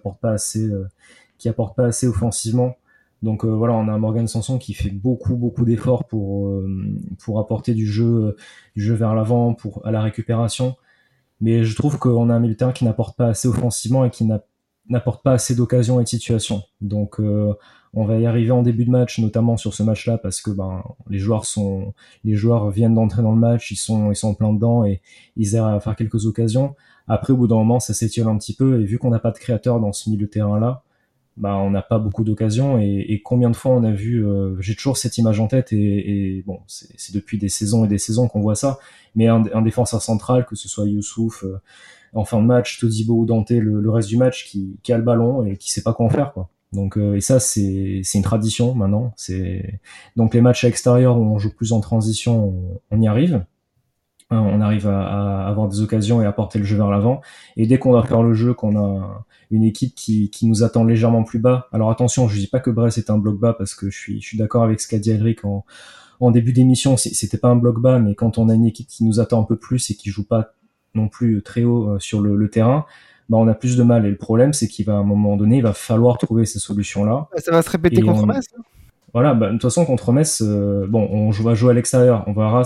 qui apporte pas assez offensivement. Donc voilà, on a un Morgan Sanson qui fait beaucoup d'efforts pour apporter du jeu vers l'avant, à la récupération. Mais je trouve qu'on a un milieu de terrain qui n'apporte pas assez offensivement et qui n'apporte pas assez d'occasions et de situations. Donc on va y arriver en début de match, notamment sur ce match-là, parce que les joueurs viennent d'entrer dans le match, ils sont plein dedans et ils arrivent à faire quelques occasions. Après, au bout d'un moment, ça s'étiole un petit peu, et vu qu'on n'a pas de créateur dans ce milieu de terrain-là, on n'a pas beaucoup d'occasions, et combien de fois on a vu, j'ai toujours cette image en tête, et bon, c'est depuis des saisons et des saisons qu'on voit ça, mais un défenseur central, que ce soit Youssouf en fin de match, Todibo ou Dante, le reste du match, qui a le ballon et qui sait pas quoi en faire, quoi. Donc et ça, c'est une tradition maintenant. Donc les matchs à l'extérieur où on joue plus en transition, on y arrive. On arrive à avoir des occasions et à porter le jeu vers l'avant. Et dès qu'on va faire le jeu, qu'on a une équipe qui nous attend légèrement plus bas. Alors attention, je dis pas que Brest est un bloc bas, parce que je suis d'accord avec ce qu'a dit Elric en début d'émission. C'était pas un bloc bas, mais quand on a une équipe qui nous attend un peu plus et qui joue pas non plus très haut sur le terrain, bah, on a plus de mal. Et le problème, c'est qu'à un moment donné, il va falloir trouver ces solutions-là. Ça va se répéter Et contre Metz. voilà, bah, de toute façon, contre Metz, bon, va jouer à l'extérieur. On verra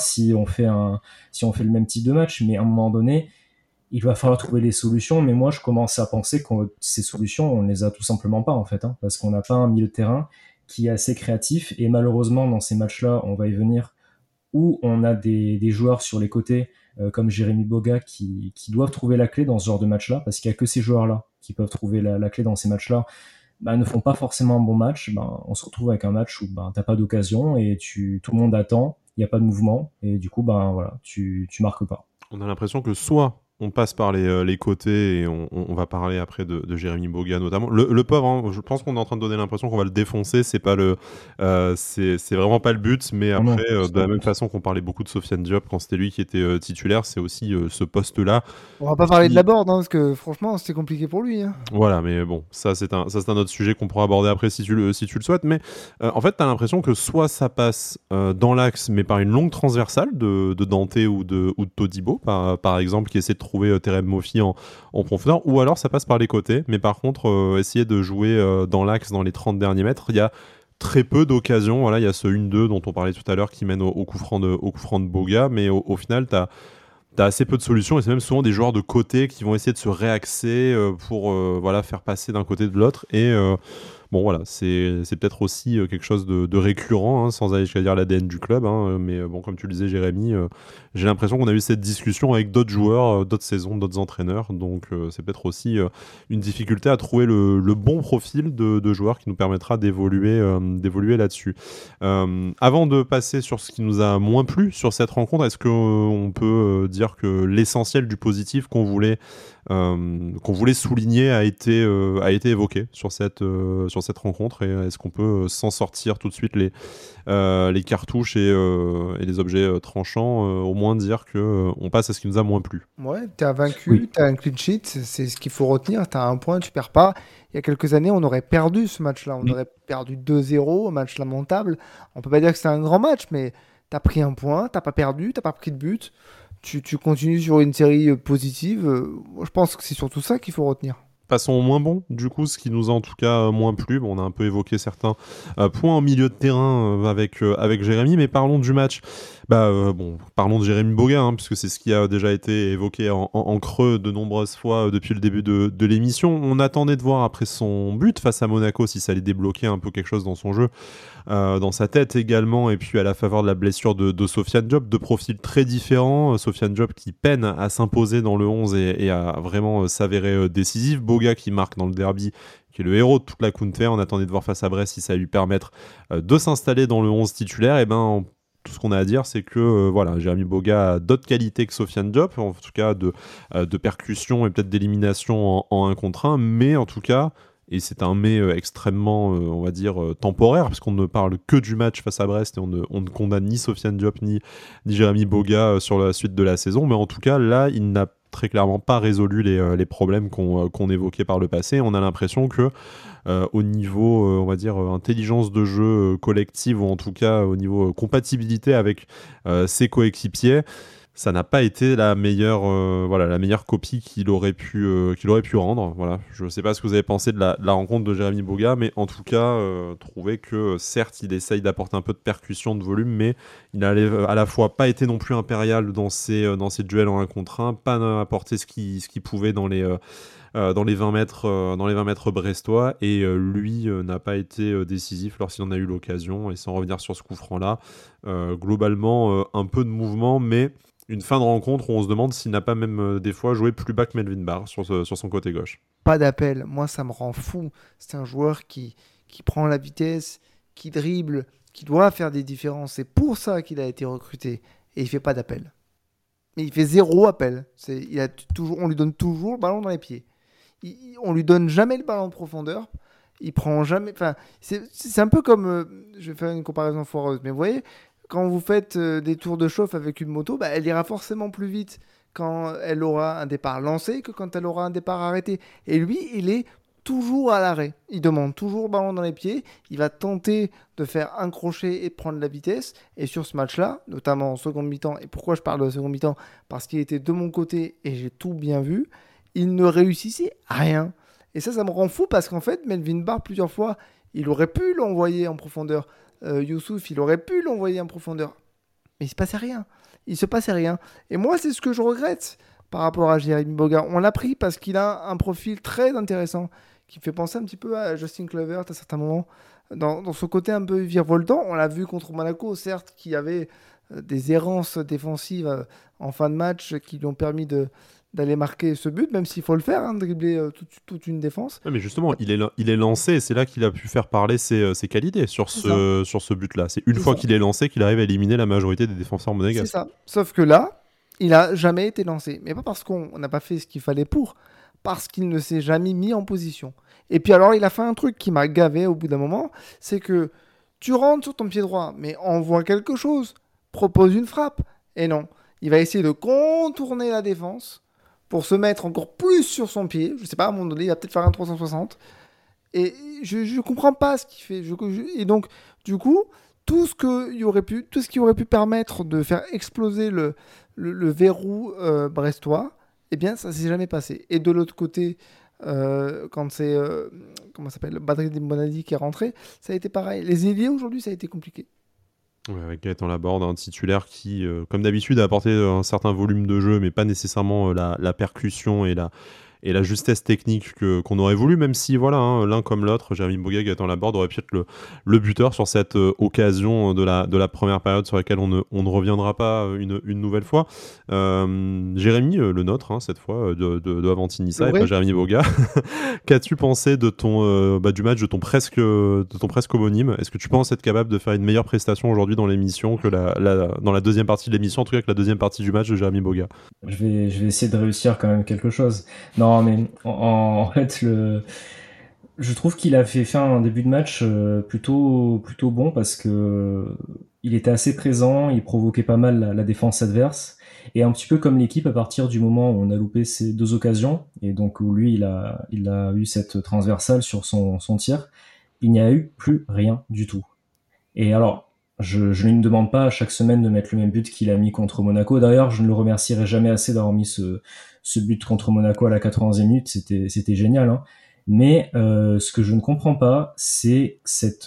si on fait le même type de match, mais à un moment donné, il va falloir trouver les solutions. Mais moi, je commence à penser que ces solutions, on les a tout simplement pas, en fait, hein, parce qu'on n'a pas un milieu de terrain qui est assez créatif. Et malheureusement, dans ces matchs-là, on va y venir, où on a des joueurs sur les côtés, comme Jérémy Boga, qui doivent trouver la clé dans ce genre de match-là, parce qu'il n'y a que ces joueurs-là qui peuvent trouver la clé dans ces matchs-là, bah, ne font pas forcément un bon match. Bah, on se retrouve avec un match où bah, t'as pas d'occasion et tout le monde attend, il n'y a pas de mouvement, et du coup, bah, voilà, tu marques pas. On a l'impression que soit on passe par les côtés et on va parler après de Jérémy Boga notamment. Le pauvre, hein, je pense qu'on est en train de donner l'impression qu'on va le défoncer. C'est pas c'est vraiment pas le but. Mais Non, non, après, c'est de pas la le même but. façon qu'on parlait beaucoup de Sofiane Diop quand c'était lui qui était titulaire, c'est aussi ce poste-là On va pas parler de qui, la board, hein, parce que franchement, c'était compliqué pour lui. Hein. voilà, mais bon, ça c'est un autre sujet qu'on pourra aborder après si tu le souhaites. Mais en fait, tu as l'impression que soit ça passe dans l'axe, mais par une longue transversale de Dante ou de Todibo, par exemple, qui essaie de trouver Terem Moffi en profondeur, ou alors ça passe par les côtés. Mais par contre, essayer de jouer dans l'axe dans les 30 derniers mètres, il y a très peu d'occasions. Voilà, il y a ce 1-2 dont on parlait tout à l'heure qui mène au coup franc de Boga, mais au final, t'as assez peu de solutions et c'est même souvent des joueurs de côté qui vont essayer de se réaxer pour voilà, faire passer d'un côté de l'autre. Et bon, voilà, c'est peut-être aussi quelque chose de récurrent, hein, sans aller jusqu'à dire l'ADN du club. Hein, mais bon, comme tu le disais, Jérémy, j'ai l'impression qu'on a eu cette discussion avec d'autres joueurs, d'autres saisons, d'autres entraîneurs. Donc c'est peut-être aussi une difficulté à trouver le bon profil de joueurs qui nous permettra d'évoluer là-dessus. Avant de passer sur ce qui nous a moins plu sur cette rencontre, est-ce qu'on peut dire que l'essentiel du positif qu'on voulait souligner a été évoqué sur cette rencontre, et est-ce qu'on peut s'en sortir tout de suite les cartouches et les objets tranchants, au moins dire que on passe à ce qui nous a moins plu. Ouais, t'as vaincu, Oui. t'as un clean sheet, c'est ce qu'il faut retenir. T'as un point, tu perds pas. Il y a quelques années, on aurait perdu ce match-là. On aurait perdu 2-0, un match lamentable. On peut pas dire que c'est un grand match, mais t'as pris un point, t'as pas perdu, t'as pas pris de but. Tu continues sur une série positive. Moi, je pense que c'est surtout ça qu'il faut retenir. Passons au moins bon, du coup, ce qui nous a en tout cas moins plu. Bon, on a un peu évoqué certains points en milieu de terrain avec Jérémy, mais parlons du match. Bon, parlons de Jérémy Boga, hein, puisque c'est ce qui a déjà été évoqué en creux de nombreuses fois depuis le début de l'émission. On attendait de voir après son but face à Monaco si ça allait débloquer un peu quelque chose dans son jeu, dans sa tête également, et puis à la faveur de la blessure de Sofiane Diop, deux profils très différents. Sofiane Diop qui peine à s'imposer dans le 11 et à vraiment s'avérer décisif. Boga qui marque dans le derby, qui est le héros de toute la Counter. On attendait de voir face à Brest si ça allait lui permettre de s'installer dans le 11 titulaire. Et ben, tout ce qu'on a à dire, c'est que voilà, Jérémy Boga a d'autres qualités que Sofiane Diop, en tout cas de percussion et peut-être d'élimination en 1 contre 1, mais en tout cas, et c'est un mais extrêmement, on va dire, temporaire, parce qu'on ne parle que du match face à Brest et on ne condamne ni Sofiane Diop ni Jérémy Boga sur la suite de la saison, mais en tout cas, là, il n'a très clairement pas résolu les problèmes qu'on évoquait par le passé. On a l'impression que au niveau, on va dire, intelligence de jeu collective, ou en tout cas au niveau compatibilité avec ses coéquipiers, ça n'a pas été la meilleure copie qu'il aurait pu rendre. Voilà. Je ne sais pas ce que vous avez pensé de la rencontre de Jérémy Boga, mais en tout cas, trouver que certes, il essaye d'apporter un peu de percussion, de volume, mais il n'a à la fois pas été non plus impérial dans ses duels en 1 contre 1, pas apporté ce qu'il pouvait dans les 20 mètres brestois, et lui n'a pas été décisif lorsqu'il en a eu l'occasion. Et sans revenir sur ce coup franc là, globalement un peu de mouvement, mais une fin de rencontre où on se demande s'il n'a pas même des fois joué plus bas que Melvin Barr sur son côté gauche. Pas d'appel. Moi, ça me rend fou. C'est un joueur qui prend la vitesse, qui dribble, qui doit faire des différences. C'est pour ça qu'il a été recruté. Et il fait pas d'appel. Mais il fait 0 appel. On lui donne toujours le ballon dans les pieds. On lui donne jamais le ballon de profondeur. Il prend jamais. Enfin, c'est un peu comme. Je vais faire une comparaison foireuse. Mais vous voyez, quand vous faites des tours de chauffe avec une moto, bah, elle ira forcément plus vite quand elle aura un départ lancé que quand elle aura un départ arrêté. Et lui, il est toujours à l'arrêt. Il demande toujours le ballon dans les pieds. Il va tenter de faire un crochet et de prendre la vitesse. Et sur ce match-là, notamment en seconde mi-temps, et pourquoi je parle de la seconde mi-temps? Parce qu'il était de mon côté et j'ai tout bien vu. il ne réussissait à rien. Et ça me rend fou parce qu'en fait, Melvin Barr, plusieurs fois, il aurait pu l'envoyer en profondeur. Youssouf, il aurait pu l'envoyer en profondeur. Mais il se passait rien. Il se passait rien. Et moi, c'est ce que je regrette par rapport à Jérémy Boga. On l'a pris parce qu'il a un profil très intéressant qui me fait penser un petit peu à Justin Kluivert à certains moments. Dans son côté un peu virevoltant, on l'a vu contre Monaco, certes, qui avait des errances défensives en fin de match qui lui ont permis d'aller marquer ce but, même s'il faut le faire, dribbler toute une défense. Ouais, mais justement, il est lancé et c'est là qu'il a pu faire parler ses qualités sur ce but-là. C'est une fois qu'il est lancé qu'il arrive à éliminer la majorité des défenseurs monégasques. C'est ça. Sauf que là, il n'a jamais été lancé. Mais pas parce qu'on n'a pas fait ce qu'il fallait parce qu'il ne s'est jamais mis en position. Et puis alors, il a fait un truc qui m'a gavé au bout d'un moment, c'est que tu rentres sur ton pied droit, mais envoie quelque chose, propose une frappe. Et non, il va essayer de contourner la défense pour se mettre encore plus sur son pied. Je sais pas, à un moment donné, il va peut-être faire un 360. Et je comprends pas ce qu'il fait. Et donc, du coup, tout ce qui aurait pu permettre de faire exploser le verrou brestois, eh bien, ça s'est jamais passé. Et de l'autre côté, quand c'est comment ça s'appelle, Badri Bonadi qui est rentré, ça a été pareil. Les ailiers aujourd'hui, ça a été compliqué. Ouais, avec Gaëtan Laborde, un titulaire qui, comme d'habitude, a apporté un certain volume de jeu, mais pas nécessairement la percussion et la justesse technique qu'on aurait voulu, même si voilà, l'un comme l'autre, Jérémy Boga, Gaëtan Laborde aurait pu être le buteur sur cette occasion de la première période sur laquelle on ne reviendra pas une nouvelle fois. Jérémy, le nôtre, cette fois, de Avantinissa et pas Jérémy Boga. Qu'as-tu pensé de du match de ton presque homonyme? Est-ce que tu penses être capable de faire une meilleure prestation aujourd'hui dans l'émission que dans la deuxième partie de l'émission, en tout cas que la deuxième partie du match de Jérémy Boga? Je vais essayer de réussir quand même quelque chose. Non, mais en fait, je trouve qu'il a fait un début de match plutôt bon parce que il était assez présent, il provoquait pas mal la défense adverse. Et un petit peu comme l'équipe, à partir du moment où on a loupé ces deux occasions, et donc où lui, il a eu cette transversale sur son tir, il n'y a eu plus rien du tout. Et alors, je ne lui demande pas chaque semaine de mettre le même but qu'il a mis contre Monaco. D'ailleurs, je ne le remercierai jamais assez d'avoir mis ce but contre Monaco à la 80e minute. C'était génial, hein. Mais ce que je ne comprends pas, c'est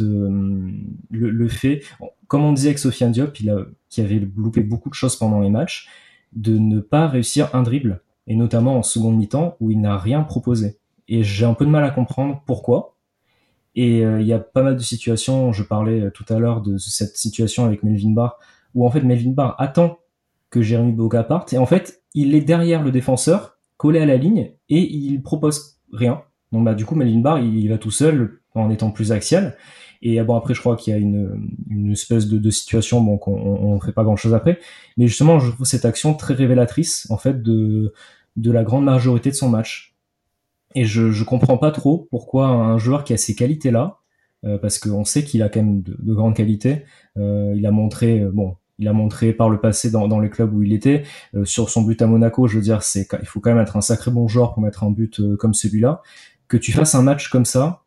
le fait, comme on disait avec Sofiane Diop, qui avait loupé beaucoup de choses pendant les matchs, de ne pas réussir un dribble, et notamment en seconde mi-temps où il n'a rien proposé. Et j'ai un peu de mal à comprendre pourquoi. Et il y a pas mal de situations, je parlais tout à l'heure de cette situation avec Melvin Barr, où en fait Melvin Barr attend que Jérémy Boga parte, et en fait il est derrière le défenseur, collé à la ligne, et il propose rien. Donc du coup Melvin Barr il va tout seul en étant plus axial. Et bon, après je crois qu'il y a une espèce de situation, bon, qu'on fait pas grand chose après, mais justement je trouve cette action très révélatrice en fait de la grande majorité de son match. Et je comprends pas trop pourquoi un joueur qui a ces qualités-là, parce qu'on sait qu'il a quand même de grandes qualités, il a montré par le passé dans les clubs où il était, sur son but à Monaco, je veux dire, il faut quand même être un sacré bon joueur pour mettre un but comme celui-là, que tu fasses un match comme ça,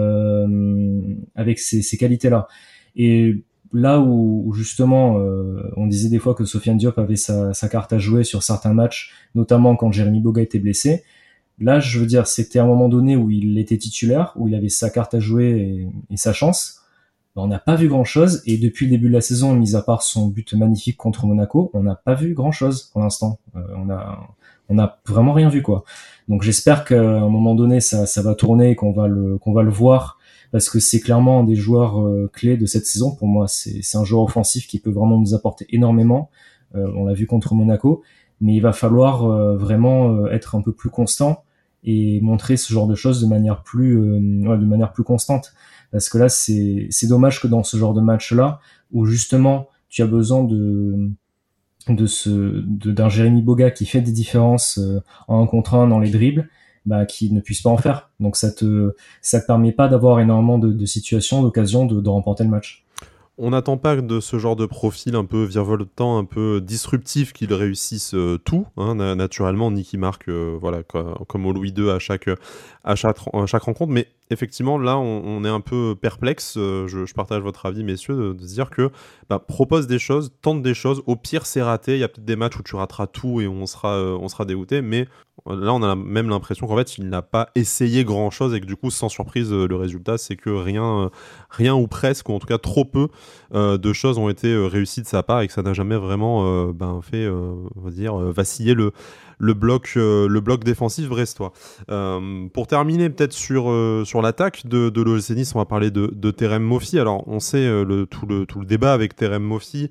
avec ces qualités-là. Et là où justement, on disait des fois que Sofiane Diop avait sa carte à jouer sur certains matchs, notamment quand Jérémy Boga était blessé. Là, je veux dire, c'était un moment donné où il était titulaire, où il avait sa carte à jouer et sa chance. On n'a pas vu grand-chose, et depuis le début de la saison, mis à part son but magnifique contre Monaco, on n'a pas vu grand-chose pour l'instant. On a vraiment rien vu, quoi. Donc j'espère qu'à un moment donné, ça va tourner et qu'on va le voir, parce que c'est clairement un des joueurs clés de cette saison. Pour moi, c'est un joueur offensif qui peut vraiment nous apporter énormément. On l'a vu contre Monaco. Mais il va falloir vraiment être un peu plus constant et montrer ce genre de choses de manière plus constante. Parce que là, c'est dommage que dans ce genre de match-là, où justement tu as besoin d'un Jérémy Boga qui fait des différences en 1 contre 1 dans les dribbles, qui ne puisse pas en faire. Donc ça te permet pas d'avoir énormément de situations, d'occasions de remporter le match. On n'attend pas de ce genre de profil un peu virevoltant, un peu disruptif qu'ils réussissent tout, naturellement, ni qu'ils marquent comme au Louis II à chaque rencontre. Mais effectivement, là, on est un peu perplexe. Je partage votre avis, messieurs, de se dire que propose des choses, tente des choses. Au pire, c'est raté. Il y a peut-être des matchs où tu rateras tout et on sera dégoûté. Mais là, on a même l'impression qu'en fait, il n'a pas essayé grand-chose et que du coup, sans surprise, le résultat, c'est que rien ou presque, ou en tout cas trop peu de choses ont été réussies de sa part et que ça n'a jamais vraiment fait, on va dire, vaciller le bloc défensif brestois. Pour terminer peut-être sur l'attaque de l'OGC Nice, on va parler de Terem Moffi. Alors on sait tout le débat avec Terem Moffi,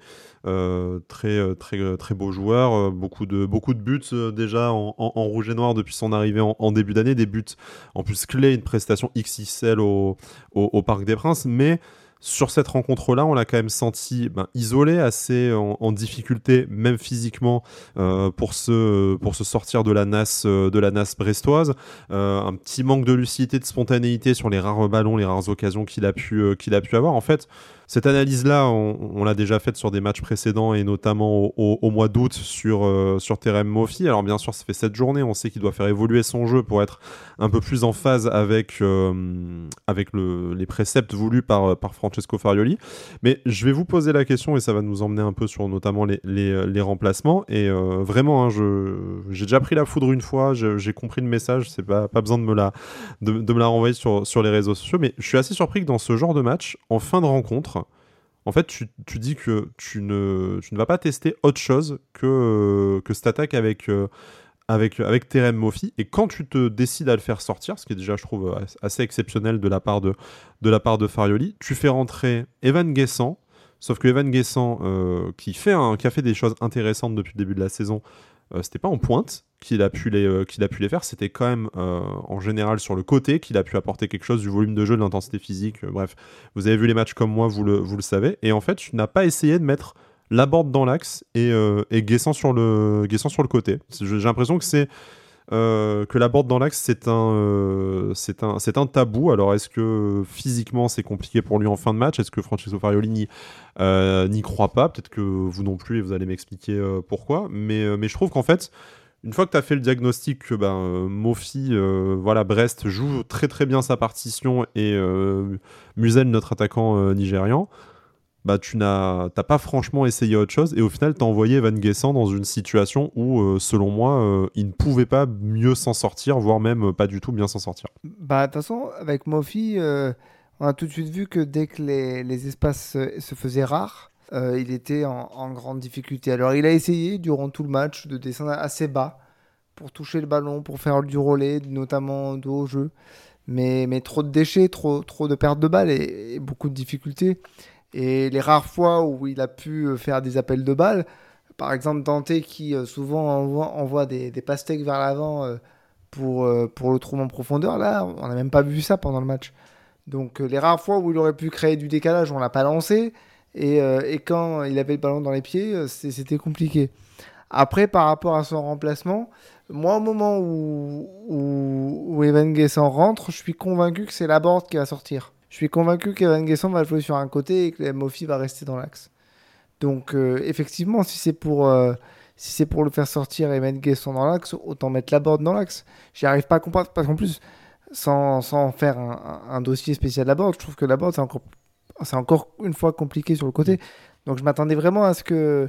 très beau joueur, beaucoup de buts déjà en rouge et noir depuis son arrivée en début d'année, des buts en plus clés, une prestation XXL au Parc des Princes, mais sur cette rencontre-là, on l'a quand même senti isolé, assez en difficulté, même physiquement, pour se sortir de la nasse brestoise. Un petit manque de lucidité, de spontanéité sur les rares ballons, les rares occasions qu'il a pu avoir. En fait, cette analyse-là, on l'a déjà faite sur des matchs précédents et notamment au mois d'août sur Terem Moffi. Alors bien sûr, ça fait 7 journées, on sait qu'il doit faire évoluer son jeu pour être un peu plus en phase avec les préceptes voulus par Francesco Farioli. Mais je vais vous poser la question et ça va nous emmener un peu sur notamment les remplacements. Et vraiment, j'ai déjà pris la foudre une fois, j'ai compris le message, c'est pas besoin de me la renvoyer sur les réseaux sociaux. Mais je suis assez surpris que dans ce genre de match, en fin de rencontre, en fait, tu dis que tu ne vas pas tester autre chose que cette attaque avec Terem Moffi, et quand tu te décides à le faire sortir, ce qui est déjà, je trouve, assez exceptionnel de la part de Farioli, tu fais rentrer Evan Guessant, sauf que Evan Guessant, qui a fait des choses intéressantes depuis le début de la saison, c'était pas en pointe qu'il a pu les faire, c'était quand même en général sur le côté qu'il a pu apporter quelque chose, du volume de jeu, de l'intensité physique, bref, vous avez vu les matchs comme moi, vous le savez, et en fait tu n'as pas essayé de mettre Laborde dans l'axe et Guessant sur le côté. J'ai l'impression que c'est que Laborde dans l'axe, c'est un tabou. Alors est-ce que physiquement c'est compliqué pour lui en fin de match? Est-ce que Francesco Farioli n'y croit pas? Peut-être que vous non plus et vous allez m'expliquer pourquoi. Mais je trouve qu'en fait, une fois que tu as fait le diagnostic que Moffi, Brest joue très très bien sa partition et muselle notre attaquant nigérian, tu n'as pas franchement essayé autre chose et au final t'as envoyé Evan Guessant dans une situation où selon moi il ne pouvait pas mieux s'en sortir, voire même pas du tout bien s'en sortir. De toute façon, avec Moffi, on a tout de suite vu que dès que les espaces se faisaient rares, il était en grande difficulté. Alors il a essayé durant tout le match de descendre assez bas pour toucher le ballon, pour faire du relais, notamment de haut jeu, mais trop de déchets, trop de pertes de balles et beaucoup de difficultés. Et les rares fois où il a pu faire des appels de balles, par exemple Dante qui souvent envoie des pastèques vers l'avant pour le trou en profondeur, là on n'a même pas vu ça pendant le match. Donc les rares fois où il aurait pu créer du décalage, on l'a pas lancé, et quand il avait le ballon dans les pieds, c'était compliqué. Après, par rapport à son remplacement, moi au moment où Evan Guessant rentre, je suis convaincu que c'est Laborde qui va sortir. Je suis convaincu qu'Evan Guessant va jouer sur un côté et que Moffi va rester dans l'axe. Donc effectivement, si c'est pour le faire sortir Evan Guessant dans l'axe, autant mettre Laborde dans l'axe. J'y arrive pas à comprendre, parce qu'en plus, sans faire un dossier spécial Laborde, je trouve que Laborde c'est encore une fois compliqué sur le côté. Donc je m'attendais vraiment à ce que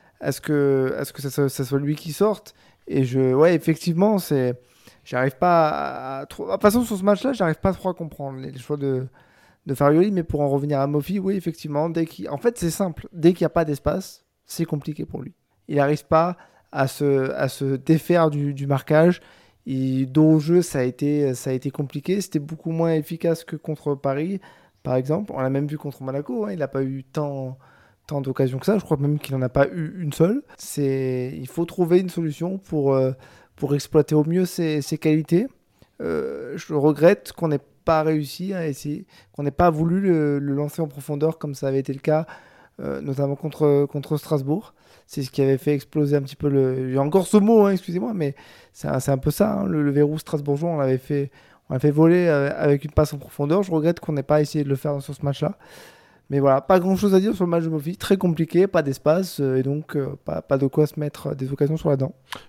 ça soit lui qui sorte. Et effectivement, j'arrive pas à trop. De toute façon, sur ce match-là, j'arrive pas trop à comprendre les choix de Farioli, mais pour en revenir à Moffi, oui, effectivement, en fait, c'est simple. Dès qu'il n'y a pas d'espace, c'est compliqué pour lui. Il n'arrive pas à se défaire du marquage. Dos au jeu, ça a été compliqué. C'était beaucoup moins efficace que contre Paris, par exemple. On l'a même vu contre Monaco. Hein. Il n'a pas eu tant d'occasions que ça. Je crois même qu'il n'en a pas eu une seule. Il faut trouver une solution pour exploiter au mieux ses qualités. Je regrette qu'on n'ait pas réussi à essayer, qu'on n'ait pas voulu le lancer en profondeur comme ça avait été le cas, notamment contre Strasbourg. C'est ce qui avait fait exploser un petit peu J'ai encore ce mot, hein, excusez-moi, mais c'est un peu ça, hein, le verrou strasbourgeois, on l'a fait voler avec une passe en profondeur. Je regrette qu'on n'ait pas essayé de le faire sur ce match-là. Mais voilà, pas grand-chose à dire sur le match de Moffi. Très compliqué, pas d'espace, et donc pas de quoi se mettre des occasions sur la dent.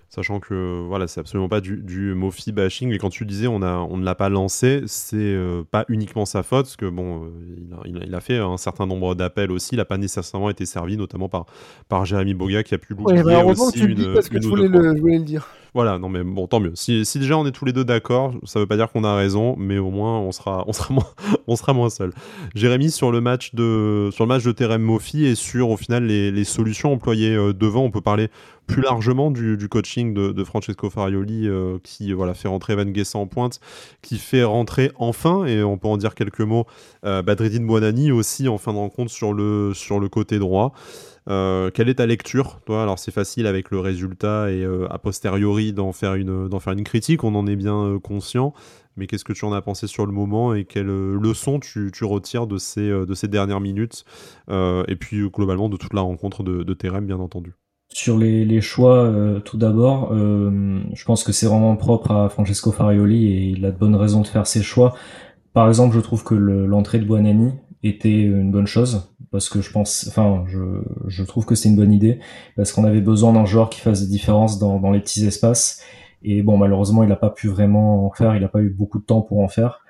Sachant que voilà, c'est absolument pas du Mofi bashing. Et quand tu disais on ne l'a pas lancé, c'est pas uniquement sa faute, parce que bon, il a fait un certain nombre d'appels aussi. Il n'a pas nécessairement été servi, notamment par Jérémy Boga qui a pu Ouais, l'oublier heureusement que aussi tu le dis parce que une ou deux fois. je voulais le dire. Voilà, non mais bon, tant mieux. Si déjà on est tous les deux d'accord, ça veut pas dire qu'on a raison, mais au moins on sera moins, on sera moins seul. Jérémy, sur le match de Terem Moffi et sur au final les solutions employées devant, on peut parler plus largement du coaching de Francesco Farioli qui voilà, fait rentrer Van Guessa en pointe, qui fait rentrer enfin, et on peut en dire quelques mots, Badreddine Bouanani aussi en fin de rencontre sur le côté droit. Quelle est ta lecture, toi? Alors c'est facile avec le résultat et a posteriori d'en faire une critique, on en est bien conscient, mais qu'est-ce que tu en as pensé sur le moment et quelle leçon tu retires de ces dernières minutes et puis globalement de toute la rencontre de Terem, bien entendu. Sur les choix, tout d'abord, je pense que c'est vraiment propre à Francesco Farioli et il a de bonnes raisons de faire ses choix. Par exemple, je trouve que l'entrée de Buonanni était une bonne chose parce que je trouve que c'est une bonne idée parce qu'on avait besoin d'un joueur qui fasse des différences dans les petits espaces. Et bon, malheureusement, il n'a pas pu vraiment en faire. Il n'a pas eu beaucoup de temps pour en faire.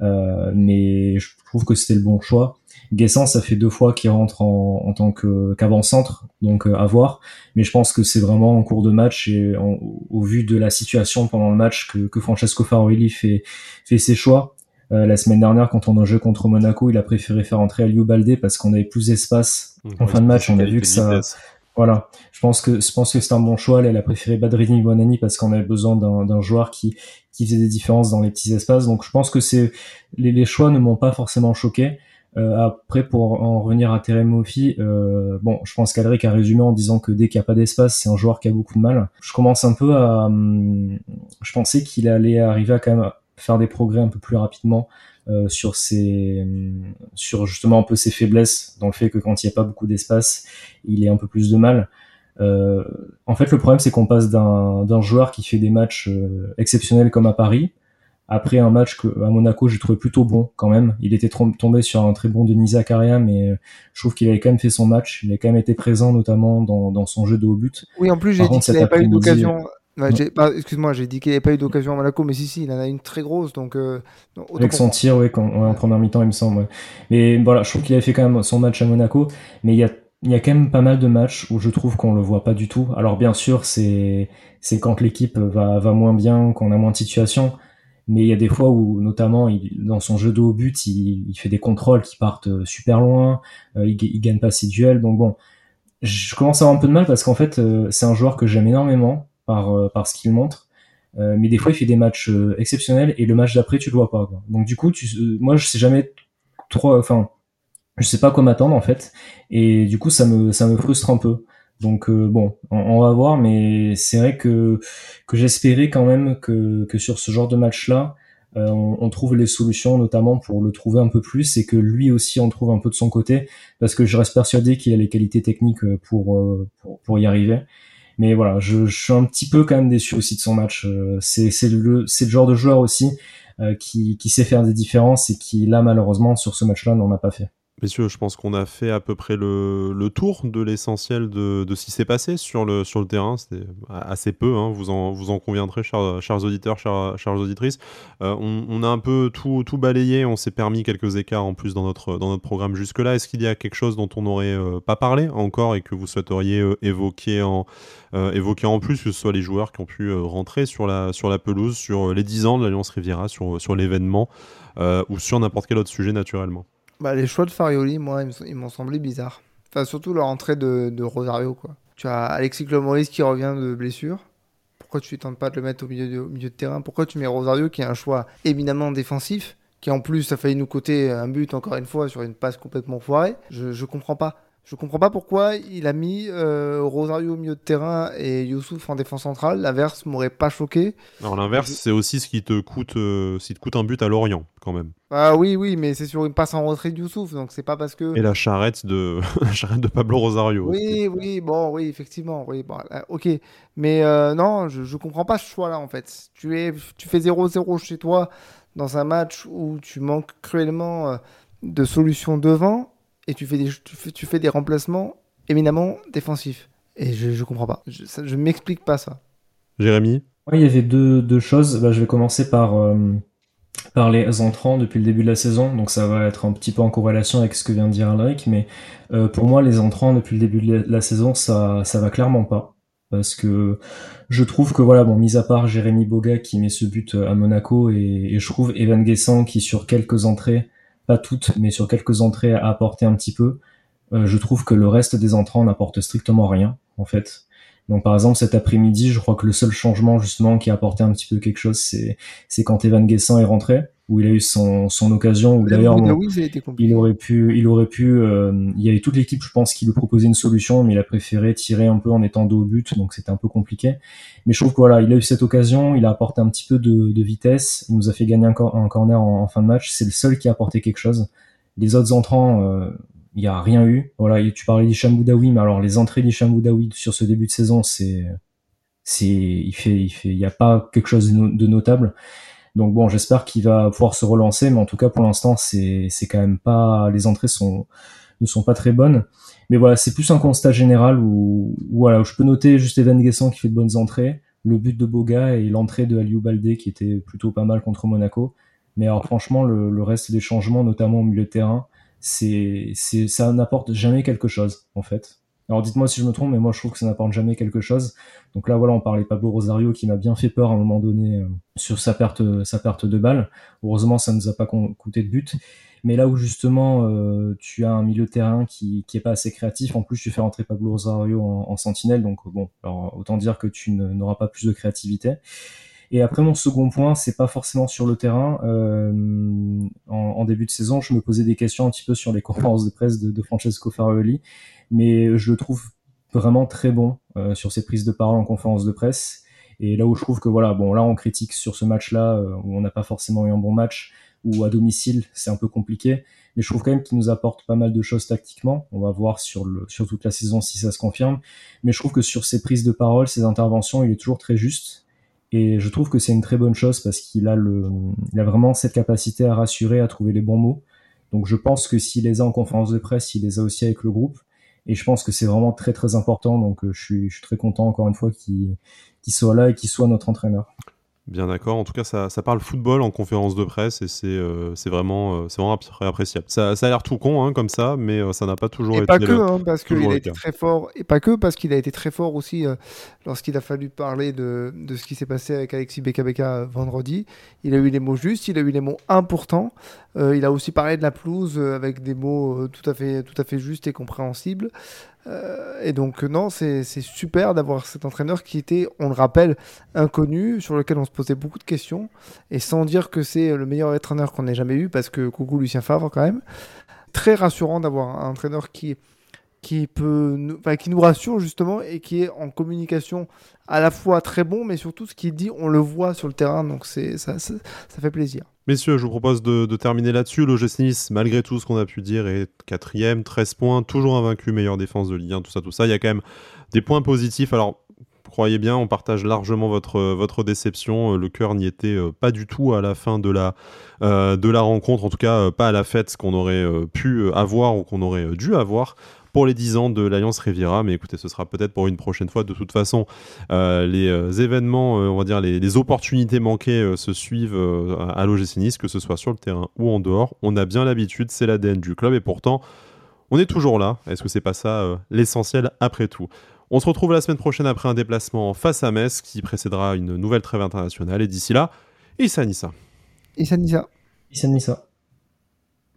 Mais je trouve que c'était le bon choix. Guessant, ça fait 2 fois qu'il rentre en tant qu'avant-centre, donc à voir. Mais je pense que c'est vraiment en cours de match et au vu de la situation pendant le match que Francesco Farioli fait ses choix. La semaine dernière, quand on a joué contre Monaco, il a préféré faire entrer Aliou Baldé parce qu'on avait plus d'espace en fin de match. On a vu que ça, voilà. Je pense que c'est un bon choix. Là, elle a préféré Badrini Buonanni parce qu'on avait besoin d'un joueur qui faisait des différences dans les petits espaces. Donc, je pense que les choix ne m'ont pas forcément choqué. Après, pour en revenir à Terem Moffi, bon, je pense qu'Alric a résumé en disant que dès qu'il n'y a pas d'espace, c'est un joueur qui a beaucoup de mal. Je commence un peu je pensais qu'il allait arriver à quand même faire des progrès un peu plus rapidement sur justement un peu ses faiblesses, dans le fait que quand il n'y a pas beaucoup d'espace, il est un peu plus de mal. En fait, le problème, c'est qu'on passe d'un joueur qui fait des matchs exceptionnels comme à Paris, après un match à Monaco, j'ai trouvé plutôt bon quand même. Il était tombé sur un très bon Denis Zakaria, mais je trouve qu'il avait quand même fait son match. Il a quand même été présent, notamment dans son jeu de haut but. Oui, en plus, j'ai Par dit contre, qu'il cet n'avait pas eu après-midi, d'occasion. Excuse-moi, j'ai dit qu'il n'avait pas eu d'occasion à Monaco, mais si, il en a une très grosse, donc autant avec pour son moi. tir, ouais, en première mi-temps, il me semble. Ouais. Mais voilà, je trouve qu'il avait fait quand même son match à Monaco. Mais il y a quand même pas mal de matchs où je trouve qu'on le voit pas du tout. Alors bien sûr, c'est quand l'équipe va moins bien, qu'on a moins de situations. Mais il y a des fois où, notamment, dans son jeu de haut but, il fait des contrôles qui partent super loin. Il gagne pas ses duels. Donc bon, je commence à avoir un peu de mal parce qu'en fait, c'est un joueur que j'aime énormément par ce qu'il montre. Mais des fois, il fait des matchs exceptionnels et le match d'après, tu le vois pas, quoi. Donc du coup, moi, je sais jamais trop. Enfin, je sais pas quoi m'attendre en fait, et du coup, ça me frustre un peu. Donc bon, on va voir, mais c'est vrai que j'espérais quand même que sur ce genre de match-là, on trouve les solutions, notamment pour le trouver un peu plus et que lui aussi on trouve un peu de son côté, parce que je reste persuadé qu'il a les qualités techniques pour y arriver. Mais voilà, je suis un petit peu quand même déçu aussi de son match. C'est le genre de joueur aussi qui sait faire des différences et qui là malheureusement sur ce match-là n'en a pas fait. Messieurs, je pense qu'on a fait à peu près le tour de l'essentiel de ce qui s'est passé sur le terrain. C'était assez peu, hein, vous en conviendrez, chers auditeurs, chères auditrices. On a un peu tout balayé, on s'est permis quelques écarts en plus dans notre programme jusque-là. Est-ce qu'il y a quelque chose dont on n'aurait pas parlé encore et que vous souhaiteriez évoquer en plus, que ce soit les joueurs qui ont pu rentrer sur la pelouse, sur les 10 ans de l'Alliance Riviera, sur l'événement, ou sur n'importe quel autre sujet naturellement? Bah, les choix de Farioli, moi, ils m'ont semblé bizarres. Enfin, surtout leur entrée de Rosario, quoi. Tu as Alexis Claude-Maurice qui revient de blessure. Pourquoi tu ne tentes pas de le mettre au milieu de terrain? Pourquoi tu mets Rosario qui est un choix éminemment défensif, qui en plus a failli nous coûter un but encore une fois sur une passe complètement foirée? Je comprends pas. Je comprends pas pourquoi il a mis Rosario au milieu de terrain et Youssouf en défense centrale. L'inverse m'aurait pas choqué. Alors l'inverse, c'est aussi ce qui te coûte, un but à Lorient, quand même. Ah oui, mais c'est sur une passe en retrait de Youssouf, donc c'est pas parce que... Et la charrette de, la charrette de Pablo Rosario aussi. Oui, bon, oui, effectivement, oui, bon, ok. Mais non, je comprends pas ce choix-là, en fait. Tu fais 0-0 chez toi dans un match où tu manques cruellement de solutions devant et tu fais des remplacements éminemment défensifs. Et je comprends pas. Je m'explique pas ça. Jérémy? Ouais, il y avait deux choses. Bah, je vais commencer par les entrants depuis le début de la saison, donc ça va être un petit peu en corrélation avec ce que vient de dire Alric, mais pour moi, les entrants depuis le début de la saison, ça va clairement pas. Parce que je trouve que voilà, bon, mis à part Jérémy Boga qui met ce but à Monaco, et je trouve Evan Guessant qui sur quelques entrées, pas toutes, mais sur quelques entrées a apporté un petit peu, je trouve que le reste des entrants n'apporte strictement rien, en fait. Donc par exemple cet après-midi, je crois que le seul changement justement qui a apporté un petit peu quelque chose, c'est quand Evan Guessant est rentré, où il a eu son occasion, où Même d'ailleurs bon, Boudaoui, ça a été il compliqué. aurait pu, il y avait toute l'équipe, je pense, qui lui proposait une solution, mais il a préféré tirer un peu en étant dos au but, donc c'était un peu compliqué. Mais je trouve que voilà, il a eu cette occasion, il a apporté un petit peu de vitesse, il nous a fait gagner un corner en fin de match, c'est le seul qui a apporté quelque chose. Les autres entrants, il n'y a rien eu. Voilà, et tu parlais d'Hicham Boudaoui, mais alors les entrées d'Hicham Boudaoui sur ce début de saison, il y a pas quelque chose de notable. Donc bon, j'espère qu'il va pouvoir se relancer, mais en tout cas pour l'instant, c'est quand même pas, les entrées ne sont pas très bonnes. Mais voilà, c'est plus un constat général où je peux noter juste Evan Guessant qui fait de bonnes entrées, le but de Boga et l'entrée de Aliou Baldé qui était plutôt pas mal contre Monaco. Mais alors franchement, le reste des changements, notamment au milieu de terrain, ça n'apporte jamais quelque chose en fait. Alors dites-moi si je me trompe, mais moi je trouve que ça n'apporte jamais quelque chose. Donc là voilà, on parlait de Pablo Rosario qui m'a bien fait peur à un moment donné sur sa perte de balle. Heureusement, ça ne nous a pas coûté de but. Mais là où justement tu as un milieu de terrain qui est pas assez créatif, en plus tu fais rentrer Pablo Rosario en sentinelle, donc bon, alors, autant dire que tu n'auras pas plus de créativité. Et après mon second point, c'est pas forcément sur le terrain. En début de saison, je me posais des questions un petit peu sur les conférences de presse de Francesco Farioli, mais je le trouve vraiment très bon sur ses prises de parole en conférence de presse. Et là où je trouve que voilà, bon, là on critique sur ce match-là où on n'a pas forcément eu un bon match, ou à domicile c'est un peu compliqué, mais je trouve quand même qu'il nous apporte pas mal de choses tactiquement. On va voir sur toute la saison si ça se confirme, mais je trouve que sur ses prises de parole, ses interventions, il est toujours très juste. Et je trouve que c'est une très bonne chose parce il a vraiment cette capacité à rassurer, à trouver les bons mots. Donc je pense que s'il les a en conférence de presse, il les a aussi avec le groupe. Et je pense que c'est vraiment très très important. Donc je suis très content encore une fois qu'il soit là et qu'il soit notre entraîneur. Bien d'accord. En tout cas, ça parle football en conférence de presse et c'est vraiment appréciable. Ça a l'air tout con hein, comme ça, mais ça n'a pas toujours Et pas été que, hein, parce toujours qu'il a le été cas. très fort. Et pas que, parce qu'il a été très fort aussi lorsqu'il a fallu parler de ce qui s'est passé avec Alexis Beka vendredi. Il a eu les mots justes, il a eu les mots importants. Il a aussi parlé de la pelouse avec des mots tout à fait justes et compréhensibles. Et donc, non, c'est super d'avoir cet entraîneur qui était, on le rappelle, inconnu, sur lequel on se posait beaucoup de questions. Et sans dire que c'est le meilleur entraîneur qu'on ait jamais eu, parce que coucou Lucien Favre quand même. Très rassurant d'avoir un entraîneur qui nous rassure justement et qui est en communication à la fois très bon, mais surtout ce qu'il dit, on le voit sur le terrain, donc ça fait plaisir. Messieurs, je vous propose de terminer là-dessus. L'OGC Nice, malgré tout ce qu'on a pu dire, est 4e, 13 points, toujours invaincu, meilleure défense de Ligue 1, tout ça, tout ça. Il y a quand même des points positifs. Alors, croyez bien, on partage largement votre déception. Le cœur n'y était pas du tout à la fin de la rencontre, en tout cas pas à la fête qu'on aurait pu avoir ou qu'on aurait dû avoir pour les 10 ans de l'Alliance Riviera. Mais écoutez, ce sera peut-être pour une prochaine fois. De toute façon, les événements, on va dire les opportunités manquées se suivent à l'OGC Nice, que ce soit sur le terrain ou en dehors. On a bien l'habitude, c'est l'ADN du club et pourtant, on est toujours là. Est-ce que c'est pas ça l'essentiel après tout? On se retrouve la semaine prochaine après un déplacement face à Metz qui précédera une nouvelle trêve internationale. Et d'ici là, Issa Nissa. Et ça, Issa Nissa.